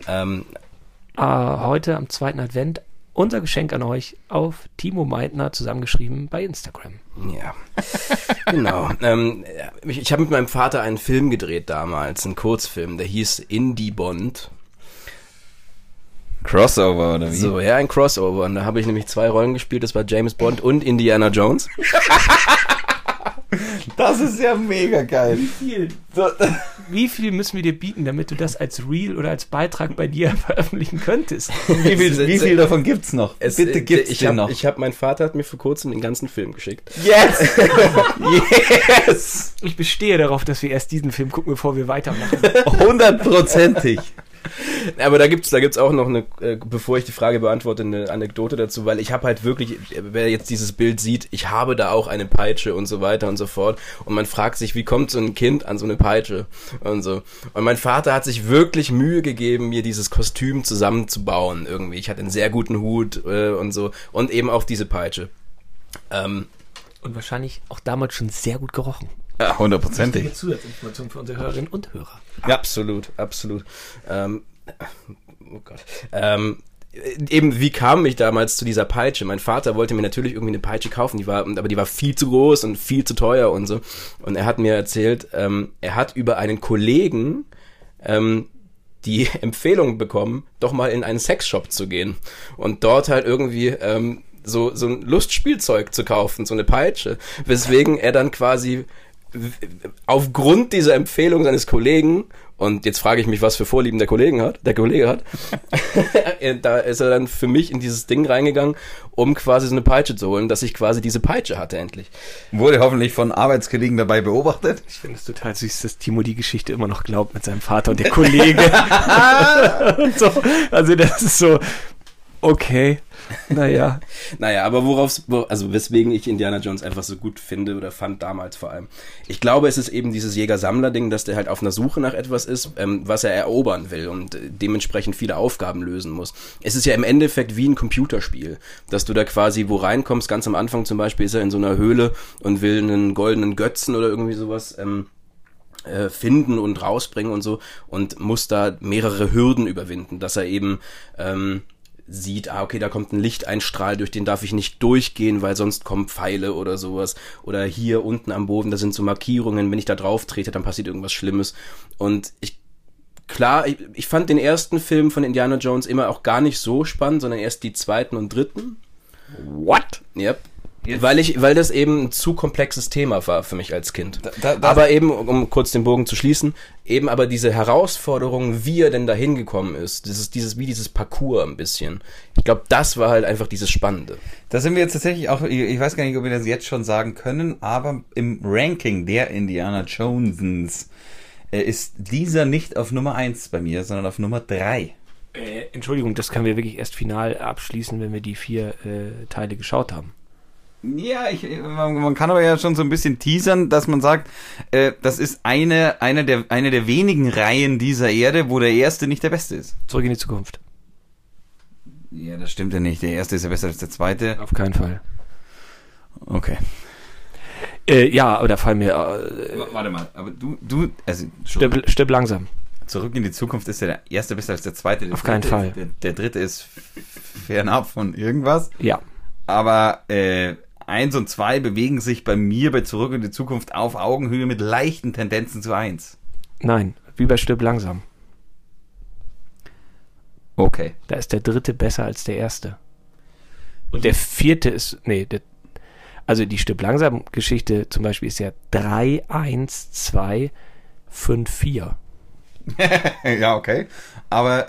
Heute am 2. Advent unser Geschenk an euch auf Timo Meitner zusammengeschrieben bei Instagram. Ja, genau. Ich habe mit meinem Vater einen Film gedreht damals, einen Kurzfilm, der hieß Indie Bond. Crossover, oder wie? So, ja, ein Crossover. Und da habe ich nämlich 2 Rollen gespielt, das war James Bond und Indiana Jones. Das ist ja mega geil. Wie viel müssen wir dir bieten, damit du das als Reel oder als Beitrag bei dir veröffentlichen könntest? Wie viel davon gibt's noch? Bitte gibt's den noch. Mein Vater hat mir vor kurzem den ganzen Film geschickt. Yes! Yes! Ich bestehe darauf, dass wir erst diesen Film gucken, bevor wir weitermachen. 100%. Aber da gibt's auch noch eine, bevor ich die Frage beantworte, eine Anekdote dazu, weil ich habe halt wirklich, wer jetzt dieses Bild sieht, ich habe da auch eine Peitsche und so weiter und so fort und man fragt sich, wie kommt so ein Kind an so eine Peitsche und so. Und mein Vater hat sich wirklich Mühe gegeben, mir dieses Kostüm zusammenzubauen irgendwie. Ich hatte einen sehr guten Hut und so und eben auch diese Peitsche. Und wahrscheinlich auch damals schon sehr gut gerochen. Ja, 100%. Zusatzinformation für unsere Hörerinnen und Hörer. Ja. Absolut. Oh Gott. Eben, wie kam ich damals zu dieser Peitsche? Mein Vater wollte mir natürlich irgendwie eine Peitsche kaufen, aber die war viel zu groß und viel zu teuer und so. Und er hat mir erzählt, er hat über einen Kollegen die Empfehlung bekommen, doch mal in einen Sexshop zu gehen und dort halt irgendwie so ein Lustspielzeug zu kaufen, so eine Peitsche, weswegen er dann quasi aufgrund dieser Empfehlung seines Kollegen, und jetzt frage ich mich, was für Vorlieben der Kollege hat, da ist er dann für mich in dieses Ding reingegangen, um quasi so eine Peitsche zu holen, dass ich quasi diese Peitsche hatte endlich. Wurde hoffentlich von Arbeitskollegen dabei beobachtet. Ich finde es total süß, dass Timo die Geschichte immer noch glaubt mit seinem Vater und der Kollege. Und so. Also das ist so, okay. Naja, aber weswegen ich Indiana Jones einfach so gut finde oder fand damals vor allem. Ich glaube, es ist eben dieses Jäger-Sammler-Ding, dass der halt auf einer Suche nach etwas ist, was er erobern will und dementsprechend viele Aufgaben lösen muss. Es ist ja im Endeffekt wie ein Computerspiel, dass du da quasi wo reinkommst. Ganz am Anfang zum Beispiel ist er in so einer Höhle und will einen goldenen Götzen oder irgendwie sowas finden und rausbringen und so und muss da mehrere Hürden überwinden, dass er eben sieht, okay, da kommt ein Lichteinstrahl, durch den darf ich nicht durchgehen, weil sonst kommen Pfeile oder sowas. Oder hier unten am Boden, da sind so Markierungen, wenn ich da drauf trete, dann passiert irgendwas Schlimmes. Und ich fand den ersten Film von Indiana Jones immer auch gar nicht so spannend, sondern erst die zweiten und dritten. What? Yep. Weil das eben ein zu komplexes Thema war für mich als Kind. Aber eben, um kurz den Bogen zu schließen, eben aber diese Herausforderung, wie er denn da hingekommen ist, dieses Parcours ein bisschen. Ich glaube, das war halt einfach dieses Spannende. Da sind wir jetzt tatsächlich auch, ich weiß gar nicht, ob wir das jetzt schon sagen können, aber im Ranking der Indiana Jonesens ist dieser nicht auf Nummer 1 bei mir, sondern auf Nummer 3. Entschuldigung, das können wir wirklich erst final abschließen, wenn wir die 4 Teile geschaut haben. Ja, man kann aber ja schon so ein bisschen teasern, dass man sagt, das ist eine der wenigen Reihen dieser Erde, wo der erste nicht der beste ist. Zurück in die Zukunft. Ja, das stimmt ja nicht. Der erste ist ja besser als der zweite. Auf keinen Fall. Okay. Ja, aber da fallen mir... Warte mal, aber du also... Stirb langsam. Zurück in die Zukunft ist ja der erste besser als der zweite. Auf keinen Fall. Der dritte ist fernab von irgendwas. Ja. Aber 1 und 2 bewegen sich bei mir bei Zurück in die Zukunft auf Augenhöhe mit leichten Tendenzen zu 1. Nein, wie bei Stirb langsam. Okay. Da ist der dritte besser als der erste. Und der vierte ist... Also die Stirb langsam Geschichte zum Beispiel ist ja 3, 1, 2, 5, 4. Ja, okay. Aber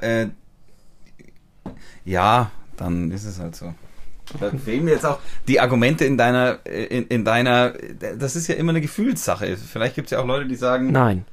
ja, dann ist es halt so. Da fehlen mir jetzt auch die Argumente in deiner, das ist ja immer eine Gefühlssache. Vielleicht gibt es ja auch Leute, die sagen... Nein.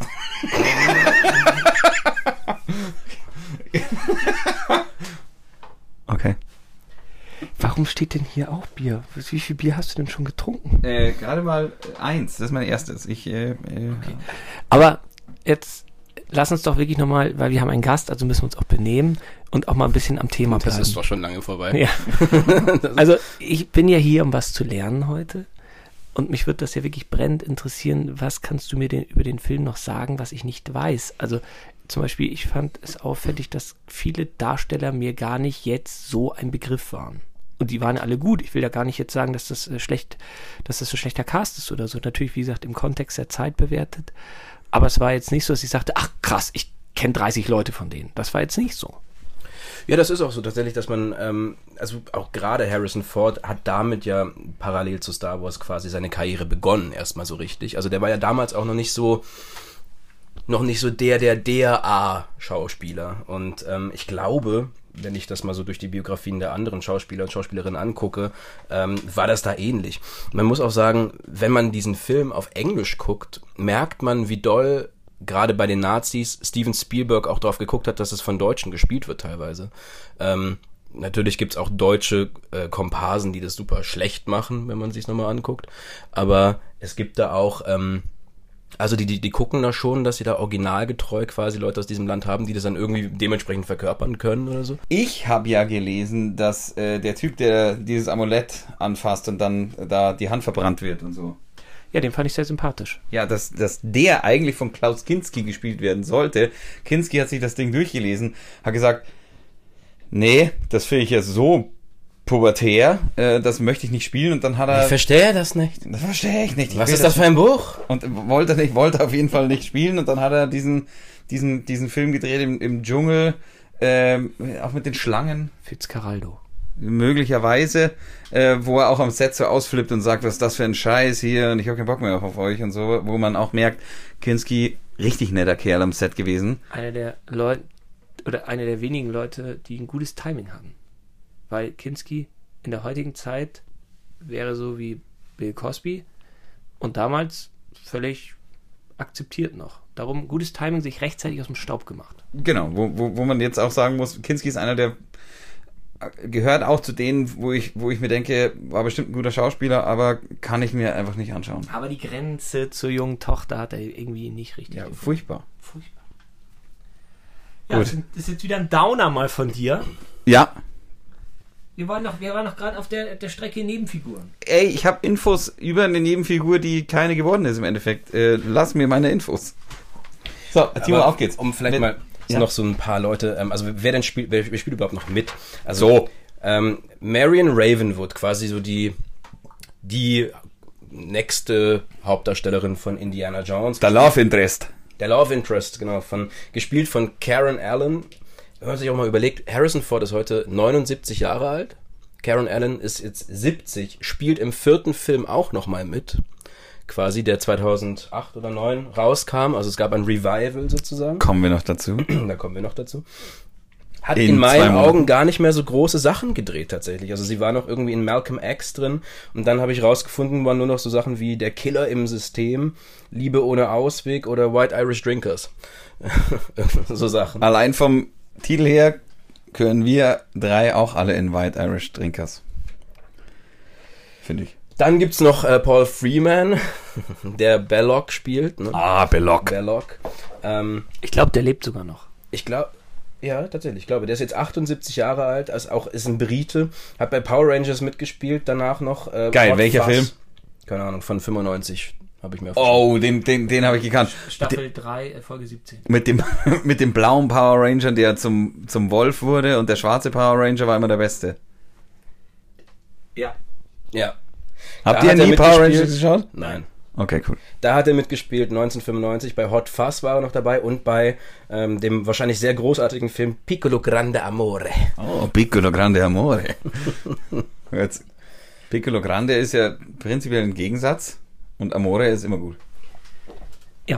Okay. Warum steht denn hier auch Bier? Wie viel Bier hast du denn schon getrunken? Gerade mal 1, das ist mein erstes. Okay. Aber jetzt lass uns doch wirklich nochmal, weil wir haben einen Gast, also müssen wir uns auch benehmen und auch mal ein bisschen am Thema bleiben. Das ist doch schon lange vorbei. Ja. Also ich bin ja hier, um was zu lernen heute und mich würde das ja wirklich brennend interessieren, was kannst du mir denn über den Film noch sagen, was ich nicht weiß? Also zum Beispiel, ich fand es auffällig, dass viele Darsteller mir gar nicht jetzt so ein Begriff waren. Und die waren alle gut. Ich will ja gar nicht jetzt sagen, dass das so schlechter Cast ist oder so. Natürlich, wie gesagt, im Kontext der Zeit bewertet. Aber es war jetzt nicht so, dass ich sagte, ach krass, ich kenne 30 Leute von denen. Das war jetzt nicht so. Ja, das ist auch so tatsächlich, dass man, also auch gerade Harrison Ford hat damit ja parallel zu Star Wars quasi seine Karriere begonnen, erstmal so richtig. Also der war ja damals auch noch nicht so der A-Schauspieler. Und ich glaube, wenn ich das mal so durch die Biografien der anderen Schauspieler und Schauspielerinnen angucke, war das da ähnlich. Man muss auch sagen, wenn man diesen Film auf Englisch guckt, merkt man, wie doll gerade bei den Nazis Steven Spielberg auch drauf geguckt hat, dass es von Deutschen gespielt wird teilweise. Natürlich gibt's auch deutsche Komparsen, die das super schlecht machen, wenn man sich's nochmal anguckt. Aber es gibt da auch... Also die gucken da schon, dass sie da originalgetreu quasi Leute aus diesem Land haben, die das dann irgendwie dementsprechend verkörpern können oder so. Ich habe ja gelesen, dass der Typ, der dieses Amulett anfasst und dann da die Hand verbrannt wird und so. Ja, den fand ich sehr sympathisch. Ja, dass der eigentlich von Klaus Kinski gespielt werden sollte. Kinski hat sich das Ding durchgelesen, hat gesagt, nee, das finde ich ja so pubertär, das möchte ich nicht spielen, und dann hat er... Ich verstehe das nicht. Das verstehe ich nicht. Was ist das für ein Buch? Und wollte auf jeden Fall nicht spielen, und dann hat er diesen Film gedreht im Dschungel, auch mit den Schlangen. Fitzcarraldo. Möglicherweise, wo er auch am Set so ausflippt und sagt, was ist das für ein Scheiß hier, und ich habe keinen Bock mehr auf euch und so, wo man auch merkt, Kinski, richtig netter Kerl am Set gewesen. Einer der wenigen Leute, die ein gutes Timing haben. Weil Kinski in der heutigen Zeit wäre so wie Bill Cosby und damals völlig akzeptiert noch. Darum gutes Timing, sich rechtzeitig aus dem Staub gemacht. Genau, wo man jetzt auch sagen muss, Kinski ist einer, der gehört auch zu denen, wo ich mir denke, war bestimmt ein guter Schauspieler, aber kann ich mir einfach nicht anschauen. Aber die Grenze zur jungen Tochter hat er irgendwie nicht richtig gefunden. Furchtbar. Ja, gut. Das ist jetzt wieder ein Downer mal von dir. Ja. Wir waren noch gerade auf der Strecke Nebenfiguren. Ey, ich habe Infos über eine Nebenfigur, die keine geworden ist im Endeffekt. Lass mir meine Infos. So, Timo, auf geht's. Um vielleicht mal noch so ein paar Leute, also wer spielt überhaupt noch mit? So. Marion Ravenwood, quasi so die nächste Hauptdarstellerin von Indiana Jones. Der Love Interest. Der Love Interest, genau, gespielt von Karen Allen. Wenn man sich auch mal überlegt, Harrison Ford ist heute 79 Jahre alt. Karen Allen ist jetzt 70, spielt im 4. Film auch nochmal mit. Quasi, der 2008 oder 2009 rauskam. Also es gab ein Revival sozusagen. Kommen wir noch dazu. Da kommen wir noch dazu. Hat in meinen Augen gar nicht mehr so große Sachen gedreht tatsächlich. Also sie war noch irgendwie in Malcolm X drin. Und dann habe ich rausgefunden, waren nur noch so Sachen wie Der Killer im System, Liebe ohne Ausweg oder White Irish Drinkers. So Sachen. Allein vom Titel her können wir 3 auch alle in White Irish Drinkers. Finde ich. Dann gibt's noch Paul Freeman, der Belloc spielt. Ne? Belloc. Ich glaube, der lebt sogar noch. Ich glaube, ja, tatsächlich. Ich glaube, der ist jetzt 78 Jahre alt, ist ein Brite, hat bei Power Rangers mitgespielt, danach noch. Geil, welcher Film? Keine Ahnung, von 95 habe ich mir den habe ich gekannt. Staffel 3, Folge 17. Mit dem blauen Power Ranger, der zum Wolf wurde, und der schwarze Power Ranger war immer der Beste. Ja. Habt ihr nie Power Rangers geschaut? Nein. Okay, cool. Da hat er mitgespielt, 1995, bei Hot Fuzz war er noch dabei und bei dem wahrscheinlich sehr großartigen Film Piccolo Grande Amore. Oh, Piccolo Grande Amore. Jetzt, Piccolo Grande ist ja prinzipiell ein Gegensatz und Amore ist immer gut. Ja.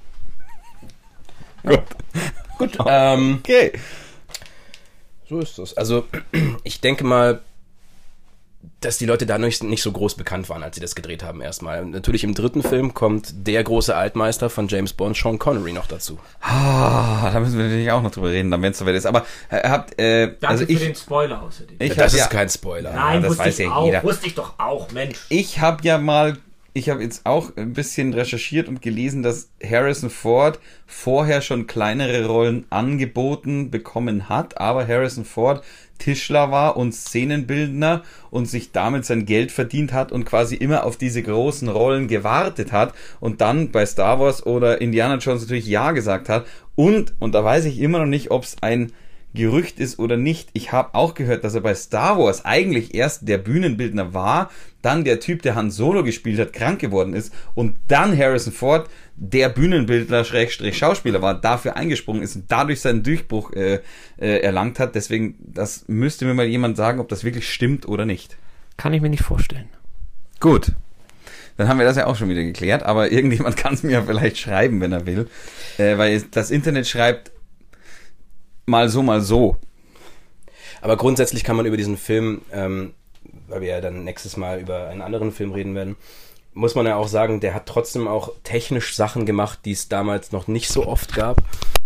Gut. Okay. So ist das. Also, ich denke mal, dass die Leute dadurch nicht so groß bekannt waren, als sie das gedreht haben erstmal. Und natürlich im 3. Film kommt der große Altmeister von James Bond, Sean Connery, noch dazu. Da müssen wir natürlich auch noch drüber reden, wenn es soweit ist. Aber Danke für den Spoiler außerdem. Das ist kein Spoiler. Nein, das weiß ja jeder. Wusste ich doch auch, Mensch. Ich habe jetzt auch ein bisschen recherchiert und gelesen, dass Harrison Ford vorher schon kleinere Rollen angeboten bekommen hat, aber Harrison Ford Tischler war und Szenenbildner und sich damit sein Geld verdient hat und quasi immer auf diese großen Rollen gewartet hat und dann bei Star Wars oder Indiana Jones natürlich Ja gesagt hat und da weiß ich immer noch nicht, ob es ein Gerücht ist oder nicht. Ich habe auch gehört, dass er bei Star Wars eigentlich erst der Bühnenbildner war, dann der Typ, der Han Solo gespielt hat, krank geworden ist und dann Harrison Ford der Bühnenbildner / Schauspieler war, dafür eingesprungen ist und dadurch seinen Durchbruch erlangt hat. Deswegen, das müsste mir mal jemand sagen, ob das wirklich stimmt oder nicht. Kann ich mir nicht vorstellen. Gut. Dann haben wir das ja auch schon wieder geklärt, aber irgendjemand kann es mir ja vielleicht schreiben, wenn er will. Weil das Internet schreibt mal so. Aber grundsätzlich kann man über diesen Film, weil wir ja dann nächstes Mal über einen anderen Film reden werden, muss man ja auch sagen, der hat trotzdem auch technisch Sachen gemacht, die es damals noch nicht so oft gab.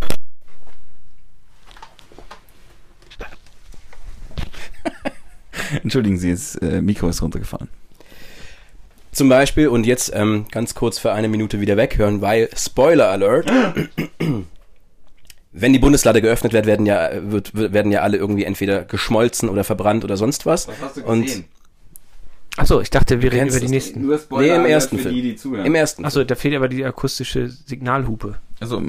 Entschuldigen Sie, das Mikro ist runtergefallen. Zum Beispiel, und jetzt ganz kurz für eine Minute wieder weghören, weil Spoiler Alert, wenn die Bundeslade geöffnet wird, werden ja alle irgendwie entweder geschmolzen oder verbrannt oder sonst was. Was hast du gesehen? Und achso, ich dachte, wir reden über die nächsten. Nur Spoiler im ersten Film. Die zuhören. Im ersten. Achso, da fehlt aber die akustische Signalhupe. Also,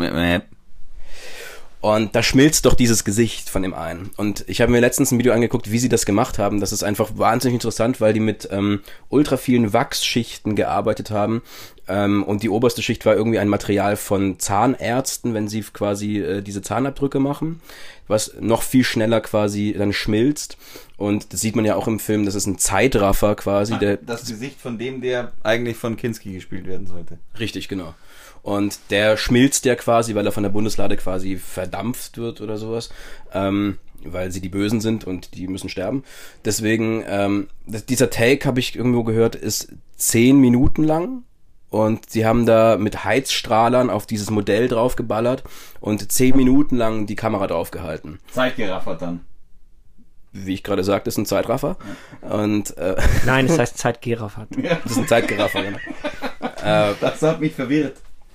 Und da schmilzt doch dieses Gesicht von dem einen. Und ich habe mir letztens ein Video angeguckt, wie sie das gemacht haben. Das ist einfach wahnsinnig interessant, weil die mit ultra vielen Wachsschichten gearbeitet haben. Und die oberste Schicht war irgendwie ein Material von Zahnärzten, wenn sie quasi diese Zahnabdrücke machen, was noch viel schneller quasi dann schmilzt. Und das sieht man ja auch im Film, das ist ein Zeitraffer quasi. Das Gesicht von dem, der eigentlich von Kinski gespielt werden sollte. Richtig, genau. Und der schmilzt ja quasi, weil er von der Bundeslade quasi verdampft wird oder sowas, weil sie die Bösen sind und die müssen sterben. Deswegen, dieser Take, habe ich irgendwo gehört, ist 10 Minuten lang und sie haben da mit Heizstrahlern auf dieses Modell draufgeballert und 10 Minuten lang die Kamera draufgehalten. Zeitgeraffert dann. Wie ich gerade sagte, ist ein Zeitraffer. Ja. Und, nein, es heißt Zeitgeraffert. Das ist ein Zeitgeraffer, genau. Das hat mich verwirrt.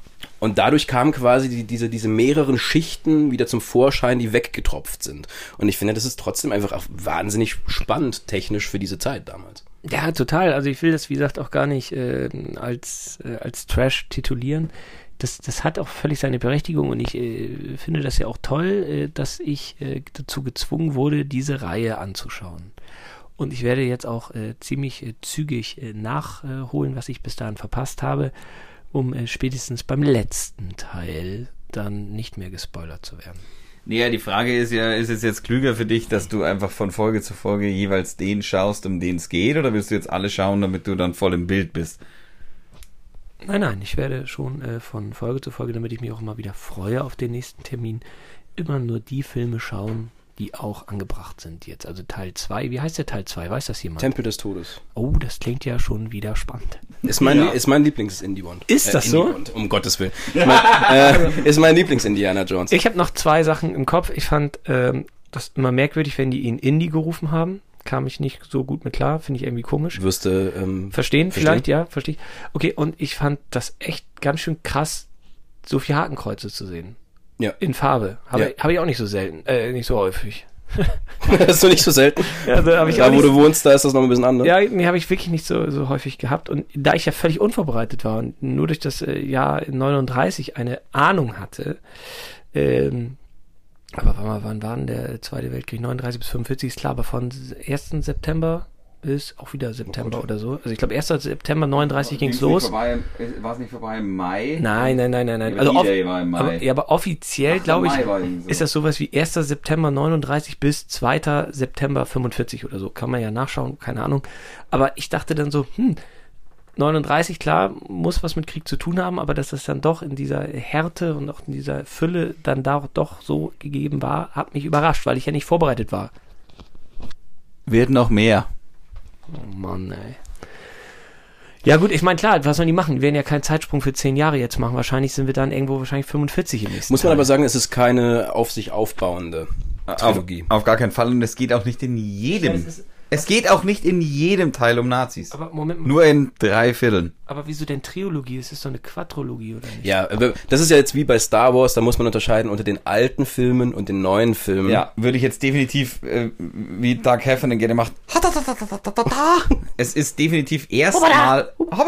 Und dadurch kamen quasi diese mehreren Schichten wieder zum Vorschein, die weggetropft sind. Und ich finde, das ist trotzdem einfach auch wahnsinnig spannend technisch für diese Zeit damals. Ja, total. Also ich will das, wie gesagt, auch gar nicht als Trash titulieren. Das hat auch völlig seine Berechtigung und ich finde das ja auch toll, dass ich dazu gezwungen wurde, diese Reihe anzuschauen. Und ich werde jetzt auch ziemlich zügig nachholen, was ich bis dahin verpasst habe, um spätestens beim letzten Teil dann nicht mehr gespoilert zu werden. Naja, die Frage ist ja, ist es jetzt klüger für dich, dass du einfach von Folge zu Folge jeweils den schaust, um den es geht, oder willst du jetzt alle schauen, damit du dann voll im Bild bist? Nein, ich werde schon von Folge zu Folge, damit ich mich auch immer wieder freue auf den nächsten Termin, immer nur die Filme schauen, die auch angebracht sind jetzt. Also Teil 2, wie heißt der Teil 2? Weiß das jemand? Tempel des Todes. Oh, das klingt ja schon wieder spannend. Ist mein Lieblings-Indie-Bond. Ist das so? Indie-Bond, um Gottes Willen. Ist mein Lieblings-Indiana Jones. Ich habe noch 2 Sachen im Kopf. Ich fand das immer merkwürdig, wenn die ihn Indie gerufen haben. Kam ich nicht so gut mit klar, finde ich irgendwie komisch. Wirst du verstehen vielleicht, ja, verstehe ich. Okay, und ich fand das echt ganz schön krass, so viele Hakenkreuze zu sehen. Ja. In Farbe. Habe ich auch nicht so selten, nicht so häufig. Das ist so nicht so selten. Ja, da wo du wohnst, da ist das noch ein bisschen anders. Ja, nee, habe ich wirklich nicht so häufig gehabt. Und da ich ja völlig unvorbereitet war und nur durch das Jahr 39 eine Ahnung hatte, aber wann war denn der Zweite Weltkrieg? 39 bis 45 ist klar, aber von 1. September bis auch wieder September oder so. Also ich glaube, 1. September 39 ging es los. War es nicht vorbei im Mai? Nein. Also D-Day war im Mai. aber offiziell, glaube ich, so. ist das sowas wie 1. September 39 bis 2. September 45 oder so. Kann man ja nachschauen, keine Ahnung. Aber ich dachte dann so, 39, klar, muss was mit Krieg zu tun haben, aber dass das dann doch in dieser Härte und auch in dieser Fülle dann da doch so gegeben war, hat mich überrascht, weil ich ja nicht vorbereitet war. Wird noch mehr. Oh Mann, ey. Ja gut, ich meine, klar, was sollen die machen? Die werden ja keinen Zeitsprung für 10 Jahre jetzt machen. Wahrscheinlich sind wir dann irgendwo 45 im nächsten Muss man Teil. aber sagen, es ist keine auf sich aufbauende Trilogie. Auf gar keinen Fall. Und es geht auch nicht in jedem. Es geht auch nicht in jedem Teil um Nazis. Aber Moment mal. Nur in 3/4. Aber wieso denn Trilogie? Es ist doch eine Quadrologie, oder nicht? Ja, das ist ja jetzt wie bei Star Wars, da muss man unterscheiden unter den alten Filmen und den neuen Filmen. Ja, würde ich jetzt definitiv, wie Doug Heffernan gerne macht. Es ist definitiv erstmal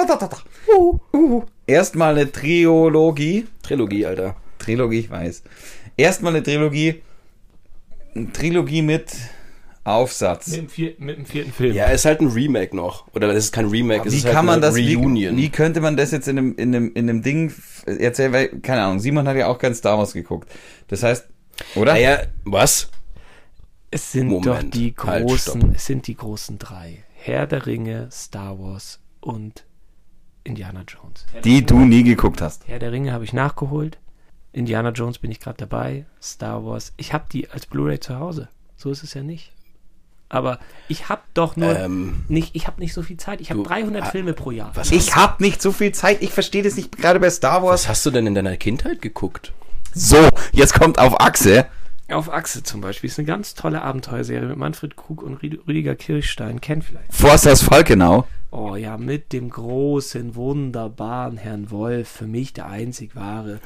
eine Trilogie. Trilogie, Alter. Trilogie, ich weiß. Erstmal eine Trilogie. Eine Trilogie mit Aufsatz. Mit dem 4. Film. Ja, es ist halt ein Remake noch. Oder das ist kein Remake, es Wie ist halt kann man eine das, Reunion. wie könnte man das jetzt in einem Ding erzählen? Weil, keine Ahnung, Simon hat ja auch kein Star Wars geguckt. Das heißt, oder? Naja, was? Es sind Moment, doch halt, es sind die großen 3. Herr der Ringe, Star Wars und Indiana Jones. Die du nie geguckt hast. Herr der Ringe habe ich nachgeholt. Indiana Jones bin ich gerade dabei. Star Wars. Ich habe die als Blu-ray zu Hause. So ist es ja nicht. Aber ich habe doch nur ich habe nicht so viel Zeit. Ich habe 300 Filme pro Jahr. Ich habe nicht so viel Zeit. Ich verstehe das nicht, gerade bei Star Wars. Was hast du denn in deiner Kindheit geguckt? So, jetzt kommt auf Achse. Auf Achse zum Beispiel ist eine ganz tolle Abenteuerserie mit Manfred Krug und Rüdiger Kirchstein. Kennt vielleicht. Forsters Falkenau. Oh ja, mit dem großen, wunderbaren Herrn Wolf. Für mich der einzig wahre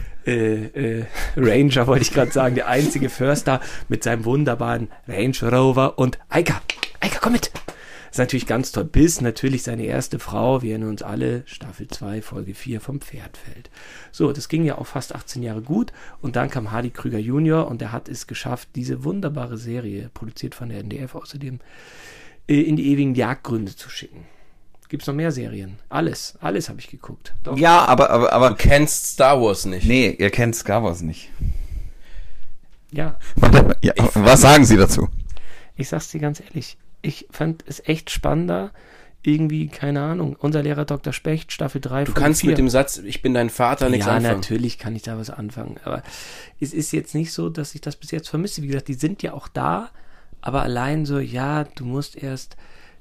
Ranger, wollte ich gerade sagen. Der einzige Förster mit seinem wunderbaren Range Rover und Eika, komm mit! Das ist natürlich ganz toll. Bis natürlich seine erste Frau, wir erinnern uns alle, Staffel 2, Folge 4 vom Pferd fällt. So, das ging ja auch fast 18 Jahre gut und dann kam Hardy Krüger Jr. und er hat es geschafft, diese wunderbare Serie, produziert von der NDF außerdem, in die ewigen Jagdgründe zu schicken. Gibt's noch mehr Serien? Alles habe ich geguckt. Doch. Ja, aber Du kennst Star Wars nicht. nee, ihr kennt Star Wars nicht. Ja, Ja, was sagen Sie dazu? ich sag's dir ganz ehrlich, ich fand es echt spannender, irgendwie, keine Ahnung, unser Lehrer Dr. Specht, Staffel 3 Du Folge kannst 4. mit dem Satz, ich bin dein Vater, nichts Ja, anfangen. natürlich kann ich da was anfangen, aber es ist jetzt nicht so, dass ich das bis jetzt vermisse. Wie gesagt, die sind ja auch da, aber allein so, ja, du musst erst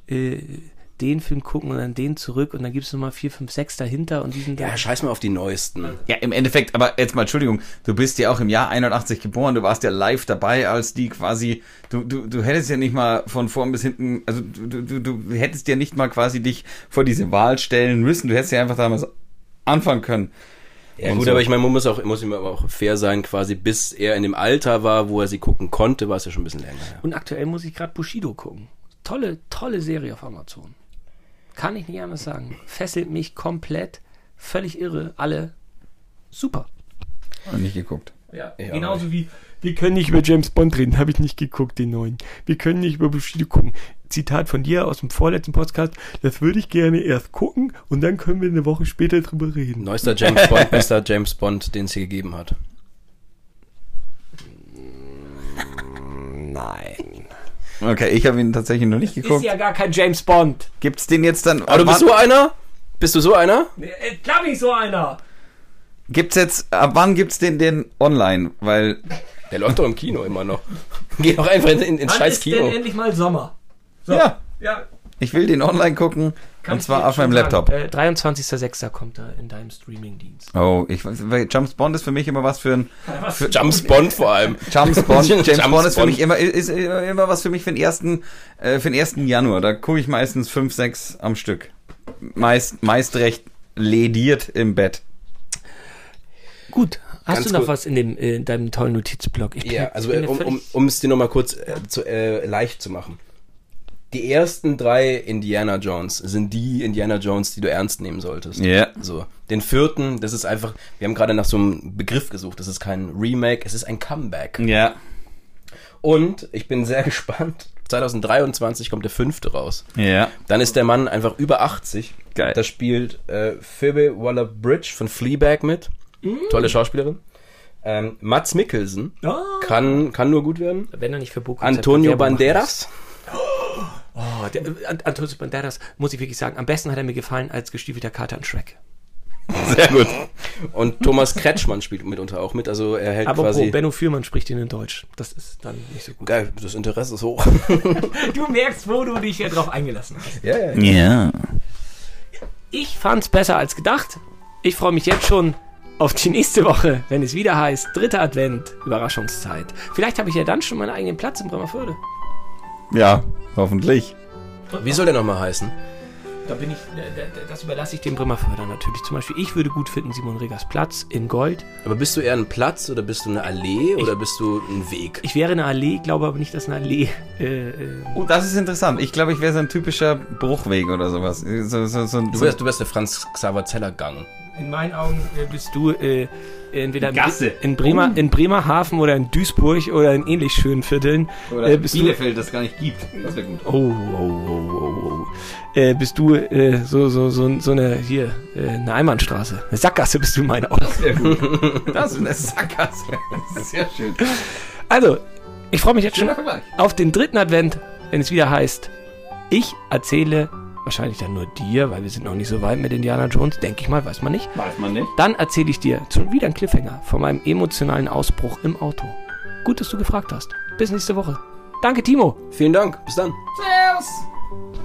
den Film gucken und dann den zurück und dann gibt's nochmal 4, 5, 6 dahinter und die sind Ja, scheiß mal auf die neuesten. Ja, im Endeffekt, aber jetzt mal, Entschuldigung, du bist ja auch im Jahr 81 geboren, du warst ja live dabei, als die quasi, du hättest ja nicht mal von vorn bis hinten, also du hättest ja nicht mal quasi dich vor diese Wahl stellen müssen, du hättest ja einfach damals anfangen können. Ja Und gut, so. aber ich meine, man muss ihm aber auch fair sein, quasi bis er in dem Alter war, wo er sie gucken konnte, war es ja schon ein bisschen länger. Ja. Und aktuell muss ich gerade Bushido gucken. Tolle Serie auf Amazon. Kann ich nicht anders sagen. Fesselt mich komplett. Völlig irre. Alle super. Nicht geguckt. Ja, Ja, genauso wie wir können nicht über James Bond reden, habe ich nicht geguckt, den neuen. Wir können nicht über Bushido gucken. Zitat von dir aus dem vorletzten Podcast, das würde ich gerne erst gucken und dann können wir eine Woche später drüber reden. Neuester James Bond, bester James Bond, den es hier gegeben hat. Nein. Okay, ich habe ihn tatsächlich noch nicht geguckt. Ist ja gar kein James Bond. Gibt's den jetzt dann... Aber du bist so einer? Bist du so einer? Klar bin ich so einer. Gibt's jetzt... Ab wann gibt's den online? Weil... Der läuft doch im Kino immer noch. Geh doch einfach ins scheiß Kino. endlich mal Sommer? So. Ja, Ja. ich will den online gucken. Kann und ich zwar dir auf meinem schon sagen. Laptop. 23.06. kommt er in deinem Streamingdienst. Oh, weil James Bond ist für mich immer was für ein... James Bond vor allem. James Bond ist für Bond. mich immer was für mich für den 1. Januar. Da gucke ich meistens 5, 6 am Stück. Meist recht lediert im Bett. Gut. Hast Ganz du noch gut. was in deinem tollen Notizblock? Ja, also um es dir nochmal kurz leicht zu machen. Die ersten 3 Indiana Jones sind die Indiana Jones, die du ernst nehmen solltest. Ja. Yeah. So. Den 4., das ist einfach, wir haben gerade nach so einem Begriff gesucht, das ist kein Remake, es ist ein Comeback. Ja. Und ich bin sehr gespannt, 2023 kommt der 5. raus. Ja. Dann ist der Mann einfach über 80. Geil. Da spielt Phoebe Waller-Bridge von Fleabag mit. Tolle Schauspielerin. Mads Mikkelsen kann nur gut werden. Wenn er nicht für Book Antonio Banderas. Antonio Banderas, muss ich wirklich sagen, am besten hat er mir gefallen als gestiefelter Kater in Shrek. Sehr gut. Und Thomas Kretschmann spielt mitunter auch mit. Also er hält Aber quasi... Benno Fürmann spricht ihn in Deutsch. Das ist dann nicht so gut. Geil, das Interesse ist hoch. Du merkst, wo du dich ja drauf eingelassen hast. Ja. Ja. Ich fand's besser als gedacht. Ich freue mich jetzt schon auf die nächste Woche, wenn es wieder heißt 3. Advent, Überraschungszeit. Vielleicht habe ich ja dann schon meinen eigenen Platz in Bremerförde. Ja, hoffentlich. Wie soll der nochmal heißen? Da bin ich, das überlasse ich den Bremerfördern natürlich. Zum Beispiel, ich würde gut finden, Simon Regers Platz in Gold. Aber bist du eher ein Platz oder bist du eine Allee oder bist du ein Weg? Ich wäre eine Allee, glaube aber nicht, dass eine Allee... Oh, das ist interessant. Ich glaube, ich wäre so ein typischer Bruchweg oder sowas. Du wärst der Franz Xaver Zeller Gang. In meinen Augen bist du entweder Gasse. in Bremerhaven oder in Duisburg oder in ähnlich schönen Vierteln. Oder bist Bielefeld, das gar nicht gibt. Das wäre gut. Bist du so eine, hier, eine Einbahnstraße. Eine Sackgasse bist du in meinen Augen. Sehr gut. Das ist eine Sackgasse. Das ist sehr schön. Also, ich freue mich jetzt schon Schöner Vergleich. auf den 3. Advent, wenn es wieder heißt, ich erzähle wahrscheinlich dann nur dir, weil wir sind noch nicht so weit mit Indiana Jones, denke ich mal, weiß man nicht. Weiß man nicht. Dann erzähle ich dir schon wieder einen Cliffhanger von meinem emotionalen Ausbruch im Auto. Gut, dass du gefragt hast. Bis nächste Woche. Danke, Timo. Vielen Dank. Bis dann. Servus.